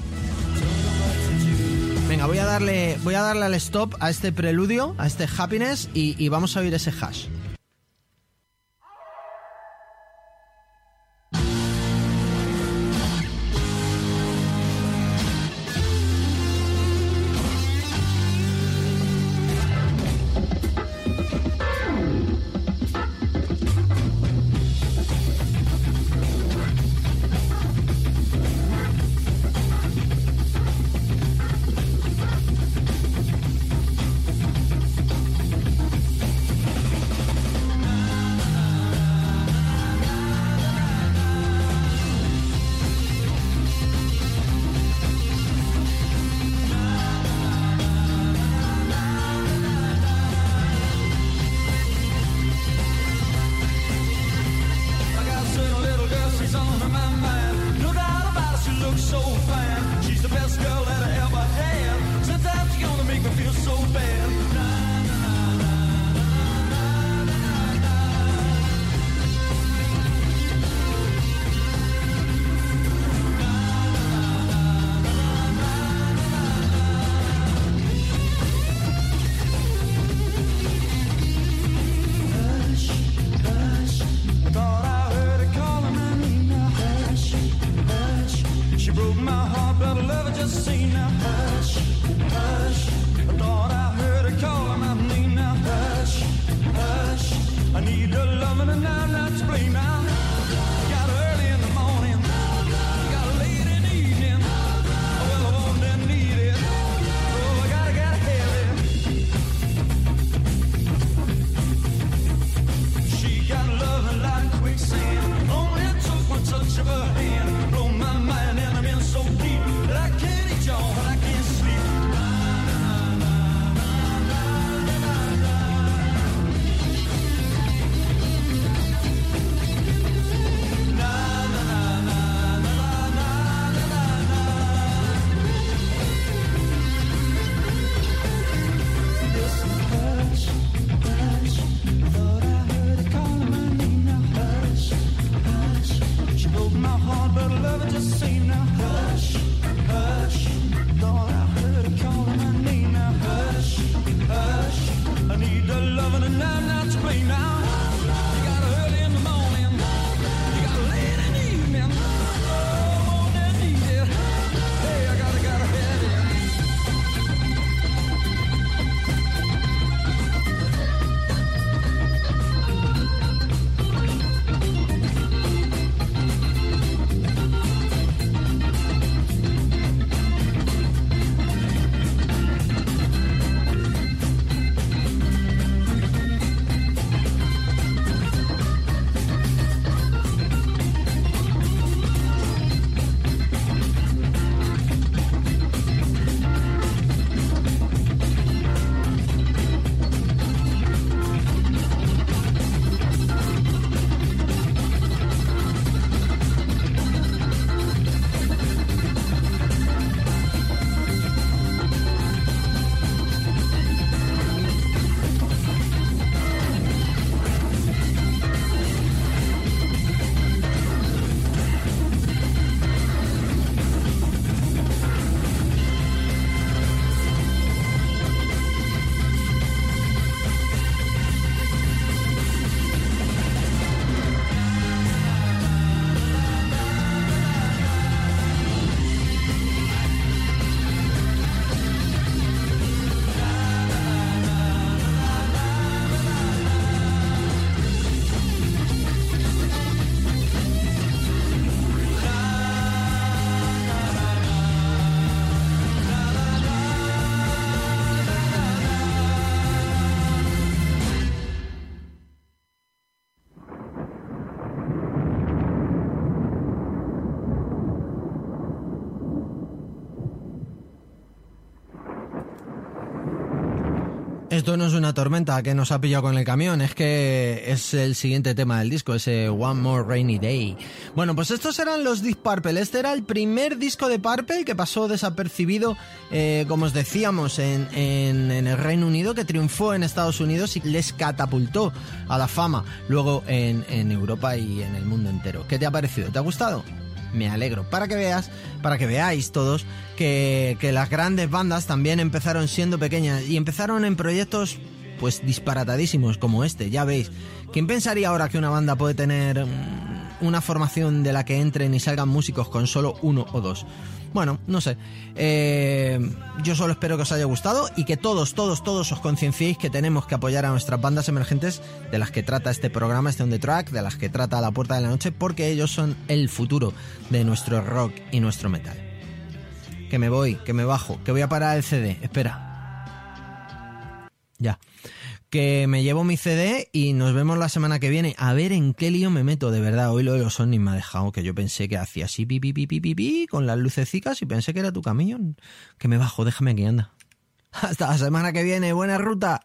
Venga, voy a darle al stop a este preludio, a este Happiness y vamos a oír ese Hush. Esto no es una tormenta que nos ha pillado con el camión, es que es el siguiente tema del disco, ese One More Rainy Day. Bueno, pues estos eran los Deep Purple. Este era el primer disco de Purple que pasó desapercibido, como os decíamos, en el Reino Unido, que triunfó en Estados Unidos y les catapultó a la fama luego en Europa y en el mundo entero. ¿Qué te ha parecido? ¿Te ha gustado? Me alegro, para que veáis todos que las grandes bandas también empezaron siendo pequeñas y empezaron en proyectos pues disparatadísimos como este, ya veis. ¿Quién pensaría ahora que una banda puede tener una formación de la que entren y salgan músicos con solo uno o dos? Bueno, no sé. Yo solo espero que os haya gustado y que todos os concienciéis que tenemos que apoyar a nuestras bandas emergentes, de las que trata este programa, On The Track, de las que trata La Puerta de la Noche, porque ellos son el futuro de nuestro rock y nuestro metal. Que me voy, que me bajo, que voy a parar el CD. Espera. Ya. Que me llevo mi CD y nos vemos la semana que viene. A ver en qué lío me meto, de verdad. Hoy lo de los ovnis me ha dejado, que yo pensé que hacía así pi, con las lucecicas y pensé que era tu camión. Que me bajo, déjame aquí, anda. Hasta la semana que viene, buena ruta.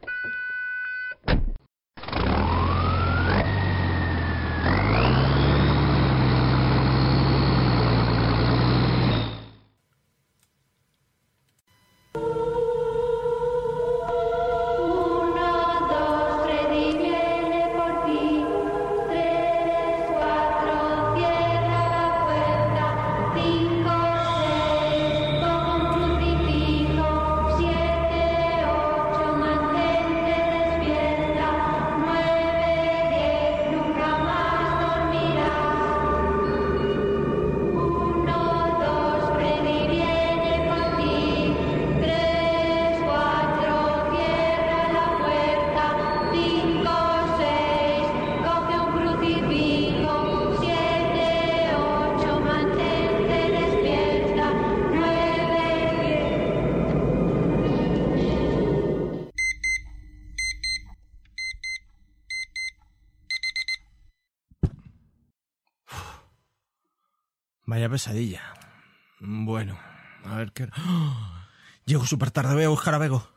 Vaya pesadilla. Bueno, a ver qué... ¡Oh! Llego súper tarde, voy a buscar a Bego.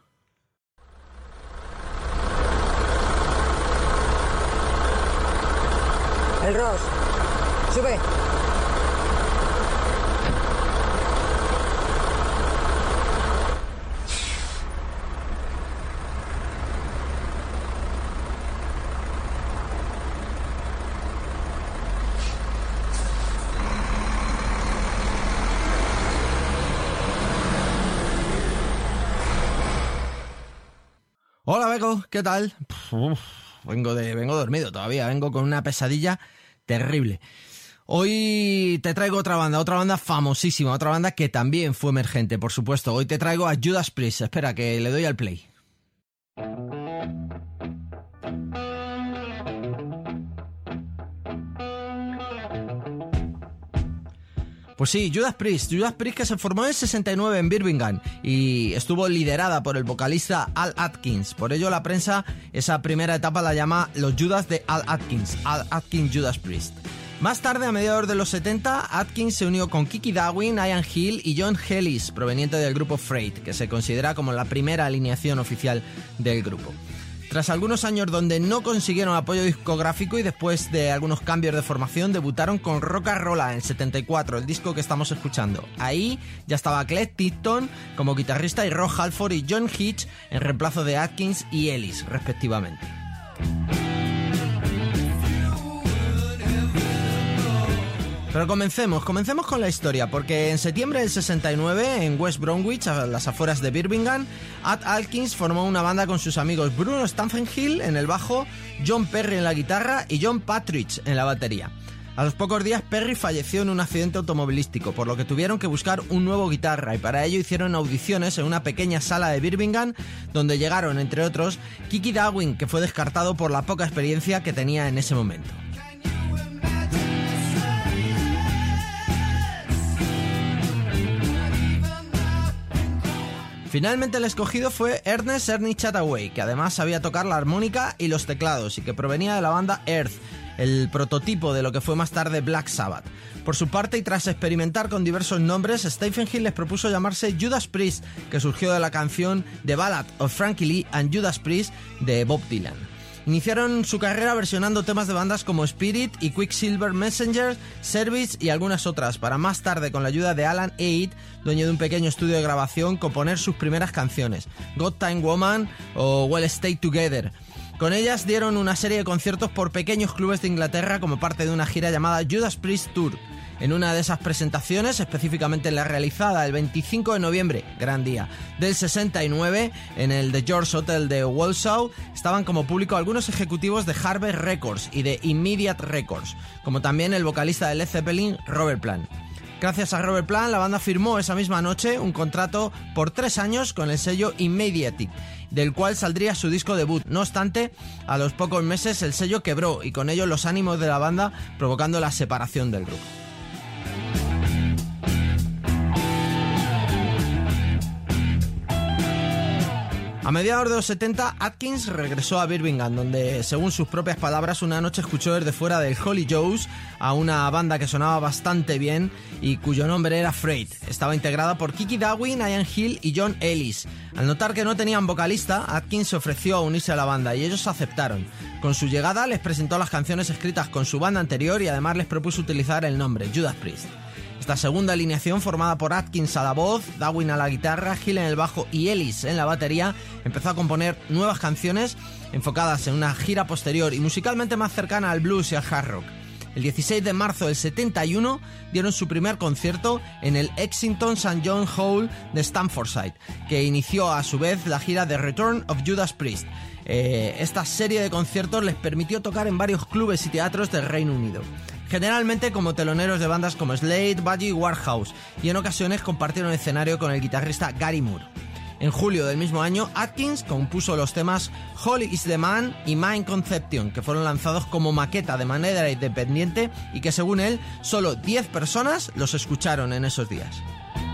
El Ross, sube. Hola, Bego, ¿qué tal? Vengo dormido todavía, vengo con una pesadilla terrible. Hoy te traigo otra banda famosísima, otra banda que también fue emergente, por supuesto. Hoy te traigo a Judas Priest. Espera, que le doy al play. Pues sí, Judas Priest que se formó en el 69 en Birmingham y estuvo liderada por el vocalista Al Atkins. Por ello la prensa esa primera etapa la llama los Judas de Al Atkins Judas Priest. Más tarde, a mediados de los 70, Atkins se unió con Kiki Darwin, Ian Hill y John Hellis, proveniente del grupo Freight, que se considera como la primera alineación oficial del grupo. Tras algunos años donde no consiguieron apoyo discográfico y después de algunos cambios de formación, debutaron con Rock-a-Rolla en el 74, el disco que estamos escuchando. Ahí ya estaba Clef Tipton como guitarrista y Rob Halford y John Hitch en reemplazo de Atkins y Ellis, respectivamente. Pero comencemos con la historia, porque en septiembre del 69, en West Bromwich, a las afueras de Birmingham, Ad Atkins formó una banda con sus amigos Bruno Stanfield en el bajo, John Perry en la guitarra y John Partridge en la batería. A los pocos días, Perry falleció en un accidente automovilístico, por lo que tuvieron que buscar un nuevo guitarra, y para ello hicieron audiciones en una pequeña sala de Birmingham, donde llegaron, entre otros, Kiki Darwin, que fue descartado por la poca experiencia que tenía en ese momento. Finalmente el escogido fue Ernest Ernie Chataway, que además sabía tocar la armónica y los teclados y que provenía de la banda Earth, el prototipo de lo que fue más tarde Black Sabbath. Por su parte, y tras experimentar con diversos nombres, Stephen Hill les propuso llamarse Judas Priest, que surgió de la canción The Ballad of Frankie Lee and Judas Priest de Bob Dylan. Iniciaron su carrera versionando temas de bandas como Spirit y Quicksilver Messenger, Service y algunas otras, para más tarde, con la ayuda de Alan Aid, dueño de un pequeño estudio de grabación, componer sus primeras canciones, God Time Woman o Well Stay Together. Con ellas dieron una serie de conciertos por pequeños clubes de Inglaterra como parte de una gira llamada Judas Priest Tour. En una de esas presentaciones, específicamente la realizada el 25 de noviembre, gran día, del 69, en el The George Hotel de Walsall, estaban como público algunos ejecutivos de Harvest Records y de Immediate Records, como también el vocalista de Led Zeppelin, Robert Plant. Gracias a Robert Plant, la banda firmó esa misma noche un contrato por 3 años con el sello Immediate, del cual saldría su disco debut. No obstante, a los pocos meses el sello quebró y con ello los ánimos de la banda, provocando la separación del grupo. A mediados de los 70, Atkins regresó a Birmingham, donde, según sus propias palabras, una noche escuchó desde fuera del Holy Joe's a una banda que sonaba bastante bien y cuyo nombre era Freight. Estaba integrada por Kiki Darwin, Ian Hill y John Ellis. Al notar que no tenían vocalista, Atkins se ofreció a unirse a la banda y ellos aceptaron. Con su llegada les presentó las canciones escritas con su banda anterior y además les propuso utilizar el nombre Judas Priest. Esta segunda alineación, formada por Atkins a la voz, Darwin a la guitarra, Hill en el bajo y Ellis en la batería, empezó a componer nuevas canciones enfocadas en una gira posterior y musicalmente más cercana al blues y al hard rock. El 16 de marzo del 71 dieron su primer concierto en el Exington St. John Hall de Stamfordshire, que inició a su vez la gira The Return of Judas Priest. Esta serie de conciertos les permitió tocar en varios clubes y teatros del Reino Unido, generalmente como teloneros de bandas como Slade, Budgie y Warhouse, y en ocasiones compartieron escenario con el guitarrista Gary Moore. En julio del mismo año, Atkins compuso los temas Holy is the Man y Mind Conception, que fueron lanzados como maqueta de manera independiente y que, según él, solo 10 personas los escucharon en esos días.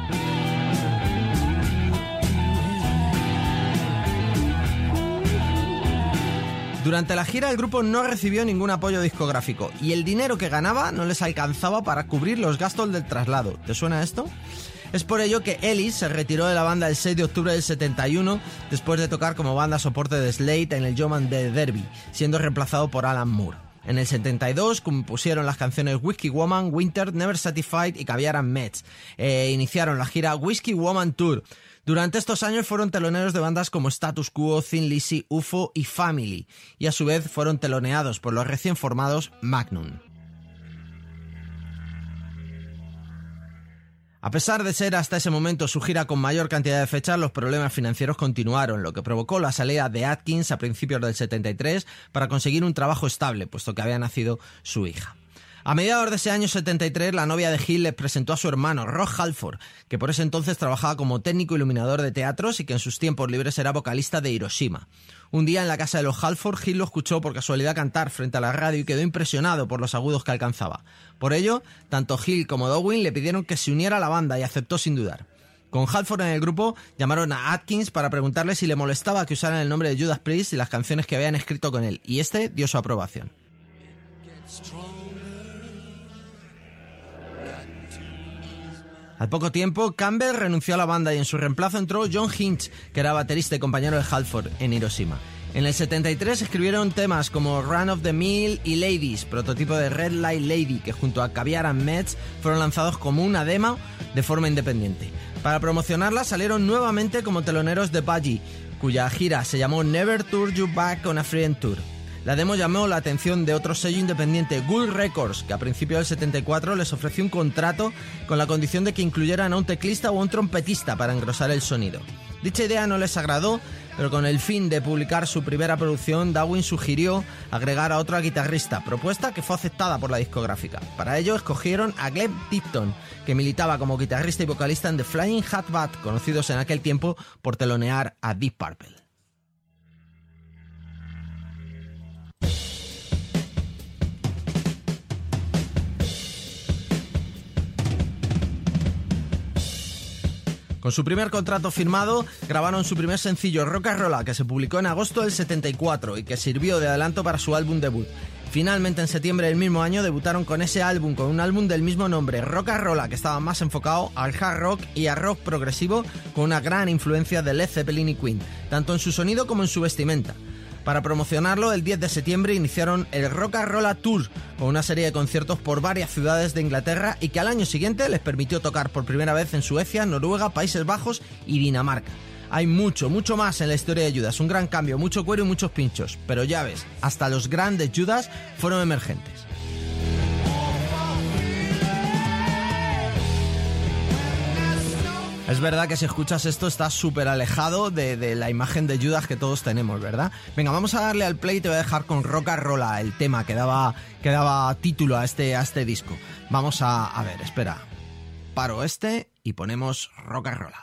Durante la gira el grupo no recibió ningún apoyo discográfico y el dinero que ganaba no les alcanzaba para cubrir los gastos del traslado. ¿Te suena esto? Es por ello que Ellis se retiró de la banda el 6 de octubre del 71 después de tocar como banda soporte de Slade en el Yeoman de Derby, siendo reemplazado por Alan Moore. En el 72 compusieron las canciones Whiskey Woman, Winter, Never Satisfied y Caviar and Mets. Iniciaron la gira Whiskey Woman Tour. Durante estos años fueron teloneros de bandas como Status Quo, Thin Lizzy, UFO y Family, y a su vez fueron teloneados por los recién formados Magnum. A pesar de ser hasta ese momento su gira con mayor cantidad de fechas, los problemas financieros continuaron, lo que provocó la salida de Atkins a principios del 73 para conseguir un trabajo estable, puesto que había nacido su hija. A mediados de ese año 73, la novia de Hill les presentó a su hermano, Rob Halford, que por ese entonces trabajaba como técnico iluminador de teatros y que en sus tiempos libres era vocalista de Hiroshima. Un día en la casa de los Halford, Hill lo escuchó por casualidad cantar frente a la radio y quedó impresionado por los agudos que alcanzaba. Por ello, tanto Hill como Darwin le pidieron que se uniera a la banda y aceptó sin dudar. Con Halford en el grupo, llamaron a Atkins para preguntarle si le molestaba que usaran el nombre de Judas Priest y las canciones que habían escrito con él, y este dio su aprobación. Al poco tiempo, Campbell renunció a la banda y en su reemplazo entró John Hinch, que era baterista y compañero de Halford en Hiroshima. En el 73 escribieron temas como Run of the Mill y Ladies, prototipo de Red Light Lady, que junto a Caviar and Mets fueron lanzados como una demo de forma independiente. Para promocionarla salieron nuevamente como teloneros de Budgie, cuya gira se llamó Never Tour You Back on a Friend Tour. La demo llamó la atención de otro sello independiente, Gull Records, que a principios del 74 les ofreció un contrato con la condición de que incluyeran a un teclista o a un trompetista para engrosar el sonido. Dicha idea no les agradó, pero con el fin de publicar su primera producción, Darwin sugirió agregar a otro guitarrista, propuesta que fue aceptada por la discográfica. Para ello escogieron a Glenn Tipton, que militaba como guitarrista y vocalista en The Flying Hat Band, conocidos en aquel tiempo por telonear a Deep Purple. Con su primer contrato firmado, grabaron su primer sencillo Rock'n'Rolla, que se publicó en agosto del 74 y que sirvió de adelanto para su álbum debut. Finalmente, en septiembre del mismo año, debutaron con ese álbum, con un álbum del mismo nombre, Rock'n'Rolla, que estaba más enfocado al hard rock y al rock progresivo, con una gran influencia de Led Zeppelin y Queen, tanto en su sonido como en su vestimenta. Para promocionarlo, el 10 de septiembre iniciaron el Rock'n'Rolla Tour, con una serie de conciertos por varias ciudades de Inglaterra y que al año siguiente les permitió tocar por primera vez en Suecia, Noruega, Países Bajos y Dinamarca. Hay mucho más en la historia de Judas, un gran cambio, mucho cuero y muchos pinchos, pero ya ves, hasta los grandes Judas fueron emergentes. Es verdad que si escuchas esto estás súper alejado de la imagen de Judas que todos tenemos, ¿verdad? Venga, vamos a darle al play y te voy a dejar con Rock'n'Rolla, el tema que daba título a este disco. Vamos a ver, espera. Paro y ponemos Rock'n'Rolla.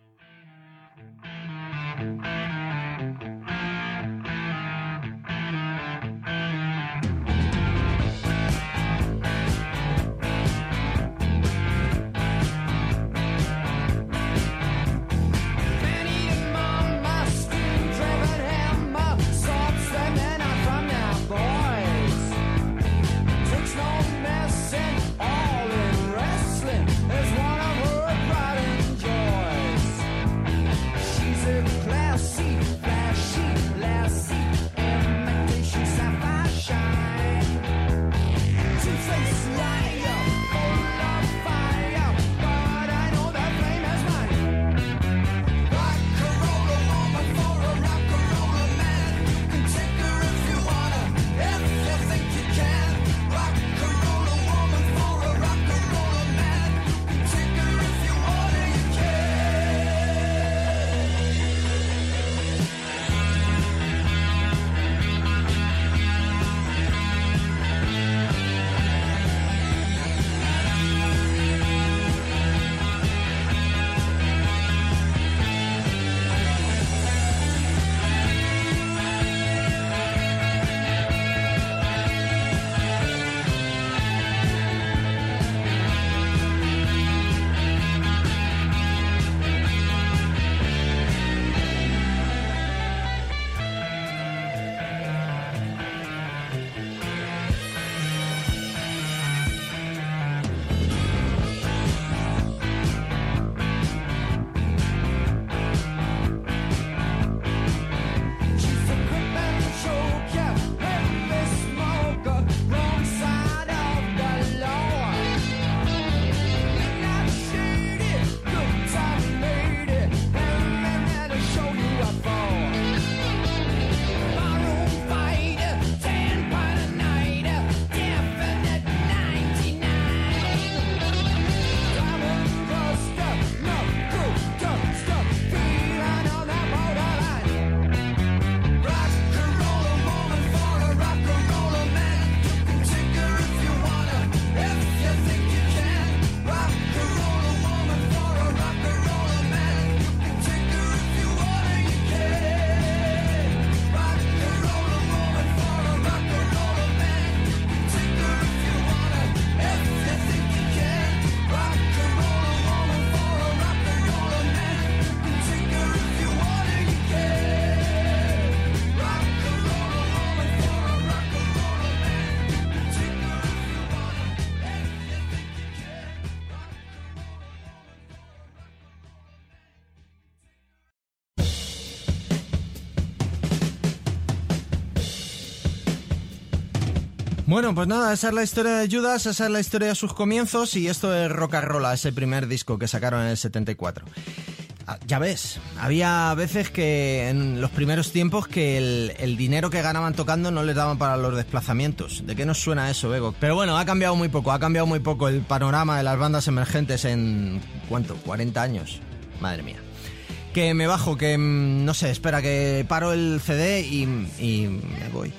Bueno, pues nada, esa es la historia de Judas, esa es la historia de sus comienzos y esto es Rock'n'Rolla, ese primer disco que sacaron en el 74. Ya ves, había veces que en los primeros tiempos que el dinero que ganaban tocando no les daban para los desplazamientos. ¿De qué nos suena eso, Bego? Pero bueno, ha cambiado muy poco el panorama de las bandas emergentes en... ¿cuánto? 40 años. Madre mía. Que me bajo, que no sé, espera, que paro el CD y me voy.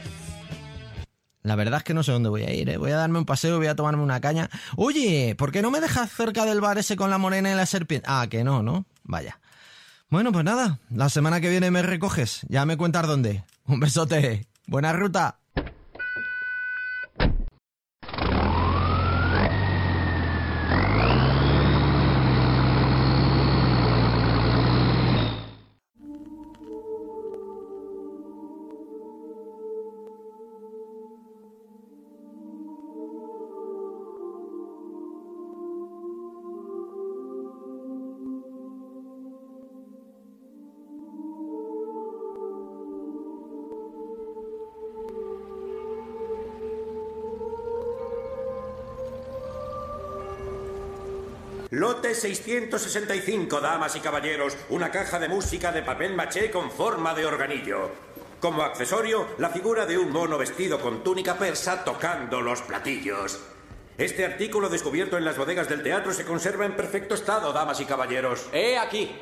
La verdad es que no sé dónde voy a ir, ¿eh? Voy a darme un paseo, voy a tomarme una caña. Oye, ¿por qué no me dejas cerca del bar ese con la morena y la serpiente? Ah, que no, ¿no? Vaya. Bueno, pues nada, la semana que viene me recoges. Ya me cuentas dónde. Un besote. Buena ruta. Lote 665, damas y caballeros. Una caja de música de papel maché con forma de organillo. Como accesorio, la figura de un mono vestido con túnica persa tocando los platillos. Este artículo descubierto en las bodegas del teatro se conserva en perfecto estado, damas y caballeros. ¡He aquí!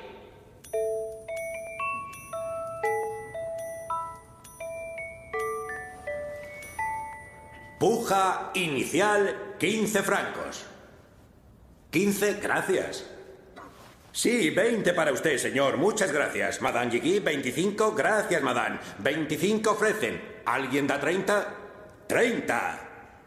Puja inicial, 15 francos. 15, gracias. Sí, 20 para usted, señor. Muchas gracias. Madame Gigi, 25. Gracias, madame. 25 ofrecen. ¿Alguien da 30? 30.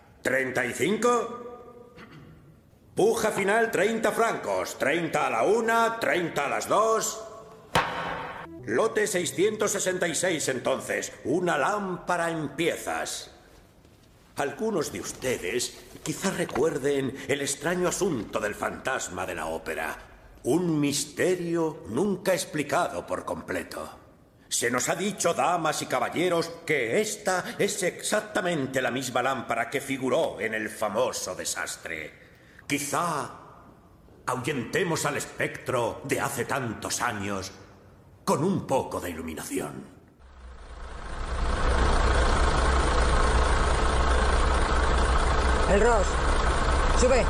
35. Puja final, 30 francos. 30 a la 1, 30 a las 2. Lote 666, entonces. Una lámpara en piezas. Algunos de ustedes quizá recuerden el extraño asunto del fantasma de la ópera. Un misterio nunca explicado por completo. Se nos ha dicho, damas y caballeros, que esta es exactamente la misma lámpara que figuró en el famoso desastre. Quizá ahuyentemos al espectro de hace tantos años con un poco de iluminación. El Ross, sube.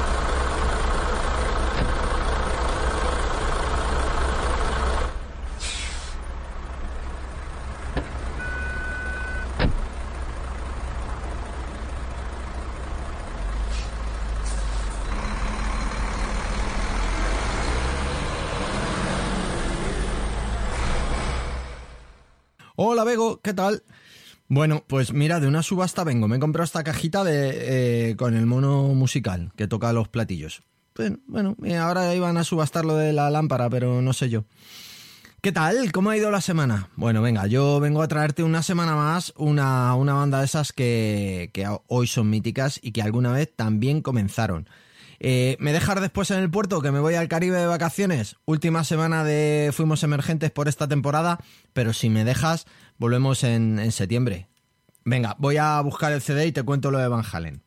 Hola, Bego, ¿qué tal? Bueno, pues mira, de una subasta vengo. Me he comprado esta cajita con el mono musical que toca los platillos. Bueno, ahora iban a subastar lo de la lámpara, pero no sé yo. ¿Qué tal? ¿Cómo ha ido la semana? Bueno, venga, yo vengo a traerte una semana más una banda de esas que hoy son míticas y que alguna vez también comenzaron. ¿Me dejas después en el puerto, que me voy al Caribe de vacaciones? Última semana de Fuimos Emergentes por esta temporada, pero si me dejas, volvemos en septiembre. Venga, voy a buscar el CD y te cuento lo de Van Halen.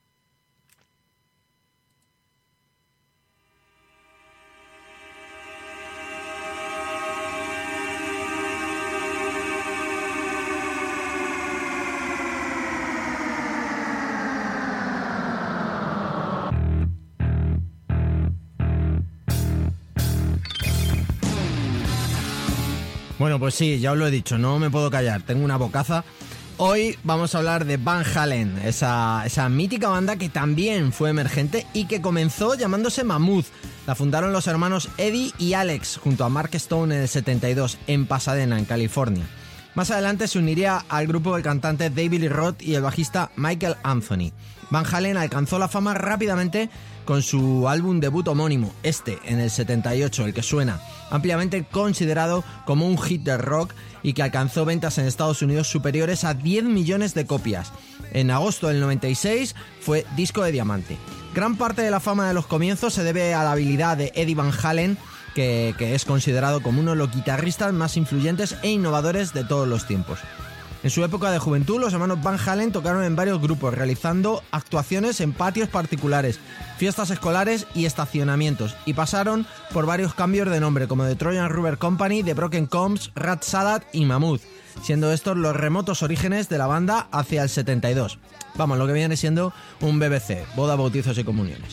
Bueno, pues sí, ya os lo he dicho, no me puedo callar, tengo una bocaza. Hoy vamos a hablar de Van Halen, esa mítica banda que también fue emergente y que comenzó llamándose Mammoth. La fundaron los hermanos Eddie y Alex junto a Mark Stone en el 72 en Pasadena, en California. Más adelante se uniría al grupo el cantante David Lee Roth y el bajista Michael Anthony. Van Halen alcanzó la fama rápidamente con su álbum debut homónimo, en el 78, el que suena, ampliamente considerado como un hit de rock y que alcanzó ventas en Estados Unidos superiores a 10 millones de copias. En agosto del 96 fue disco de diamante. Gran parte de la fama de los comienzos se debe a la habilidad de Eddie Van Halen, que es considerado como uno de los guitarristas más influyentes e innovadores de todos los tiempos. En su época de juventud, los hermanos Van Halen tocaron en varios grupos, realizando actuaciones en patios particulares, fiestas escolares y estacionamientos, y pasaron por varios cambios de nombre, como The Trojan Rubber Company, The Broken Combs, Rat Salad y Mammoth, siendo estos los remotos orígenes de la banda hacia el 72. Vamos, lo que viene siendo un BBC, boda, bautizos y comuniones.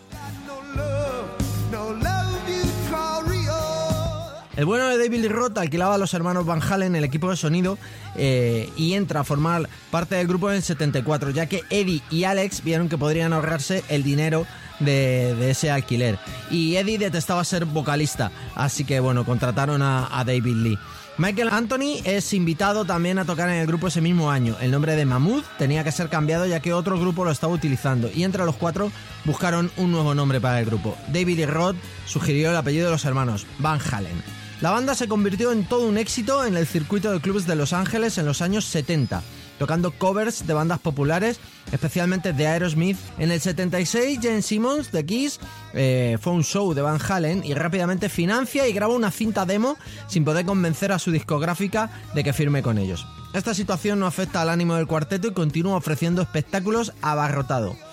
El bueno de David Lee Roth alquilaba a los hermanos Van Halen el equipo de sonido y entra a formar parte del grupo en el 74, ya que Eddie y Alex vieron que podrían ahorrarse el dinero de ese alquiler. Y Eddie detestaba ser vocalista, así que bueno, contrataron a David Lee. Michael Anthony es invitado también a tocar en el grupo ese mismo año. El nombre de Mammoth tenía que ser cambiado ya que otro grupo lo estaba utilizando, y entre los cuatro buscaron un nuevo nombre para el grupo. David Lee Roth sugirió el apellido de los hermanos, Van Halen. La banda se convirtió en todo un éxito en el circuito de clubes de Los Ángeles en los años 70, tocando covers de bandas populares, especialmente de Aerosmith. En el 76, Gene Simmons de Kiss fue un show de Van Halen y rápidamente financia y graba una cinta demo sin poder convencer a su discográfica de que firme con ellos. Esta situación no afecta al ánimo del cuarteto y continúa ofreciendo espectáculos abarrotados.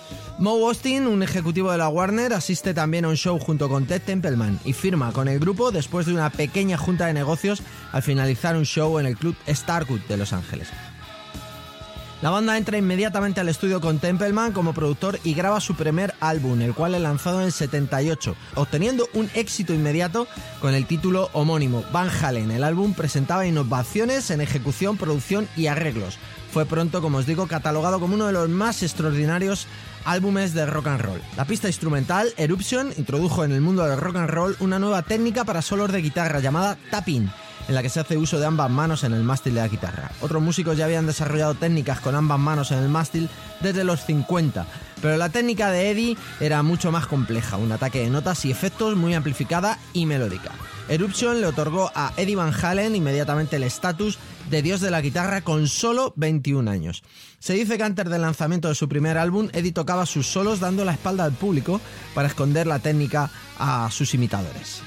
Mo Austin, un ejecutivo de la Warner, asiste también a un show junto con Ted Templeman y firma con el grupo después de una pequeña junta de negocios al finalizar un show en el club Starwood de Los Ángeles. La banda entra inmediatamente al estudio con Templeman como productor y graba su primer álbum, el cual es lanzado en el 78, obteniendo un éxito inmediato con el título homónimo, Van Halen. El álbum presentaba innovaciones en ejecución, producción y arreglos. Fue pronto, como os digo, catalogado como uno de los más extraordinarios álbumes de rock and roll. La pista instrumental, Eruption, introdujo en el mundo del rock and roll una nueva técnica para solos de guitarra llamada tapping, en la que se hace uso de ambas manos en el mástil de la guitarra. Otros músicos ya habían desarrollado técnicas con ambas manos en el mástil desde los 50, pero la técnica de Eddie era mucho más compleja, un ataque de notas y efectos muy amplificada y melódica. Eruption le otorgó a Eddie Van Halen inmediatamente el estatus de dios de la guitarra con solo 21 años. Se dice que antes del lanzamiento de su primer álbum, Eddie tocaba sus solos dando la espalda al público para esconder la técnica a sus imitadores.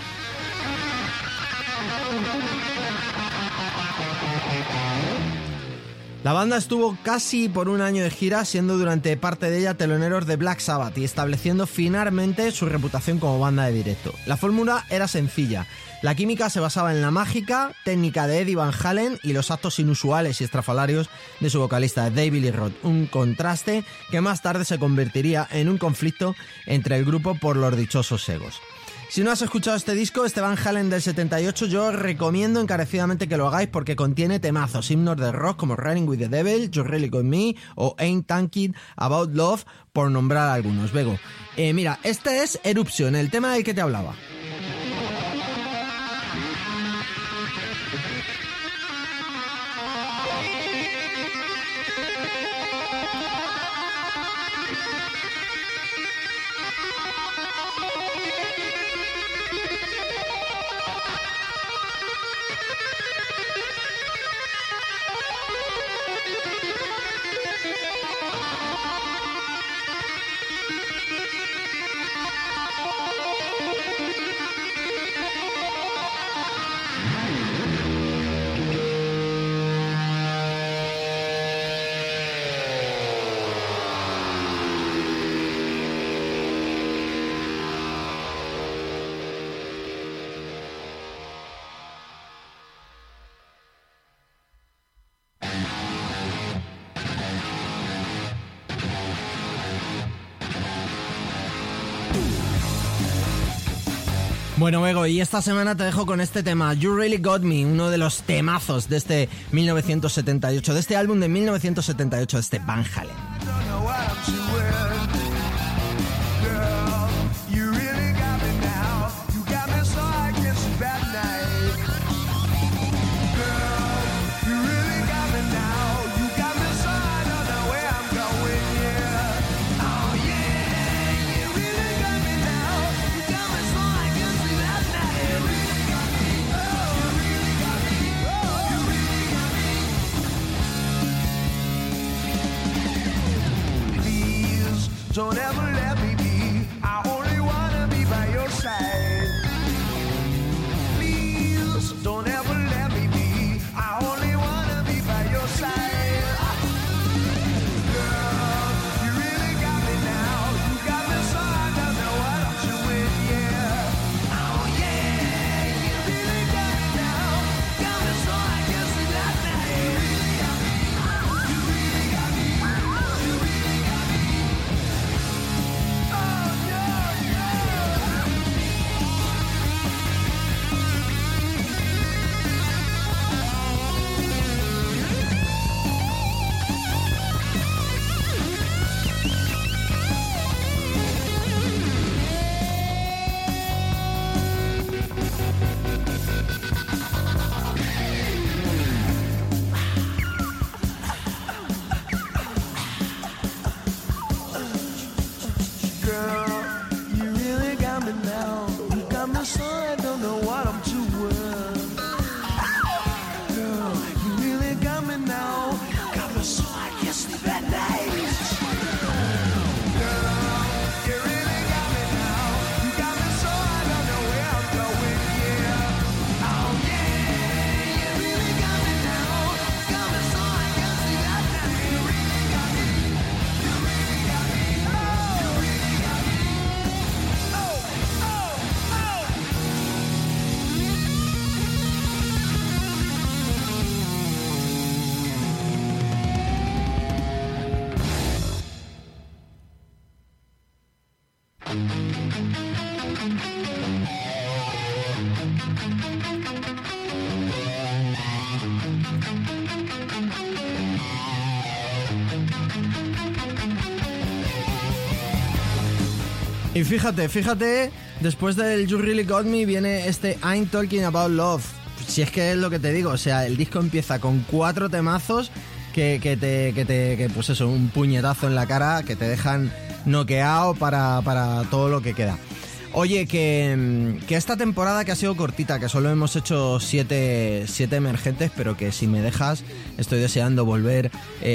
La banda estuvo casi por un año de gira, siendo durante parte de ella teloneros de Black Sabbath y estableciendo finalmente su reputación como banda de directo. La fórmula era sencilla. La química se basaba en la mágica técnica de Eddie Van Halen y los actos inusuales y estrafalarios de su vocalista David Lee Roth, un contraste que más tarde se convertiría en un conflicto entre el grupo por los dichosos egos. Si no has escuchado este disco, este Van Halen del 78, yo os recomiendo encarecidamente que lo hagáis porque contiene temazos, himnos de rock como Running with the Devil, You Really Got Me o Ain't Thinking About Love, por nombrar algunos. Bego, mira, este es Eruption, el tema del que te hablaba. Bueno, Bego, y esta semana te dejo con este tema, You Really Got Me, uno de los temazos de este 1978, de este álbum de 1978, de este Van Halen. Don't ever let me be. I only wanna be by your side. Please, don't ever let me be. I only wanna be by your side. Girl, you really got me now. You got me so I don't know what I'm doing, yeah. Oh yeah, you really got me now. Got me so I can't sleep that night. You really got me. You really got me. You really got me. Y fíjate, después del You Really Got Me viene este I'm Talking About Love. Si es que es lo que te digo, o sea, el disco empieza con 4 temazos que pues eso, un puñetazo en la cara, que te dejan noqueado para todo lo que queda. Oye, que esta temporada que ha sido cortita, que solo hemos hecho 7 emergentes, pero que si me dejas, estoy deseando volver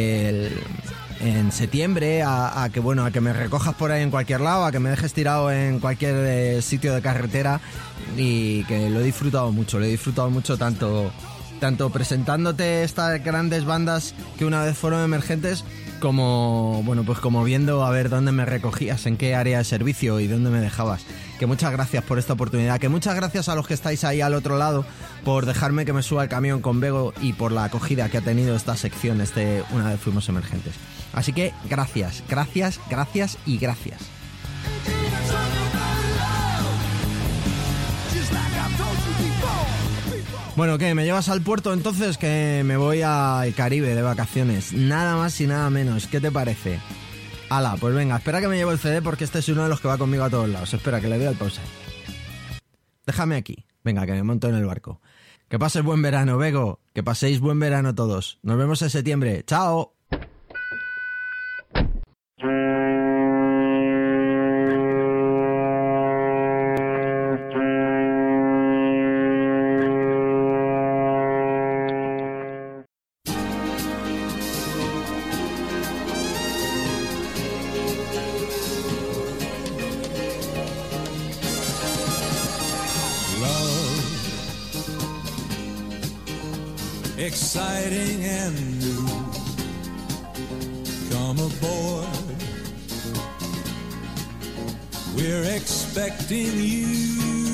en septiembre a que me recojas por ahí en cualquier lado, a que me dejes tirado en cualquier sitio de carretera, y que lo he disfrutado mucho tanto presentándote estas grandes bandas que una vez fueron emergentes, como viendo a ver dónde me recogías, en qué área de servicio y dónde me dejabas. Que muchas gracias por esta oportunidad, que muchas gracias a los que estáis ahí al otro lado por dejarme que me suba el camión con Bego y por la acogida que ha tenido esta sección una vez fuimos emergentes. Así que gracias y gracias. Bueno, ¿qué? ¿Me llevas al puerto entonces? Que me voy al Caribe de vacaciones. Nada más y nada menos. ¿Qué te parece? Hala, pues venga, espera que me llevo el CD porque este es uno de los que va conmigo a todos lados. Espera, que le doy al pause. Déjame aquí. Venga, que me monto en el barco. Que pases buen verano, Bego. Que paséis buen verano todos. Nos vemos en septiembre. ¡Chao! Exciting and new. Come aboard. We're expecting you.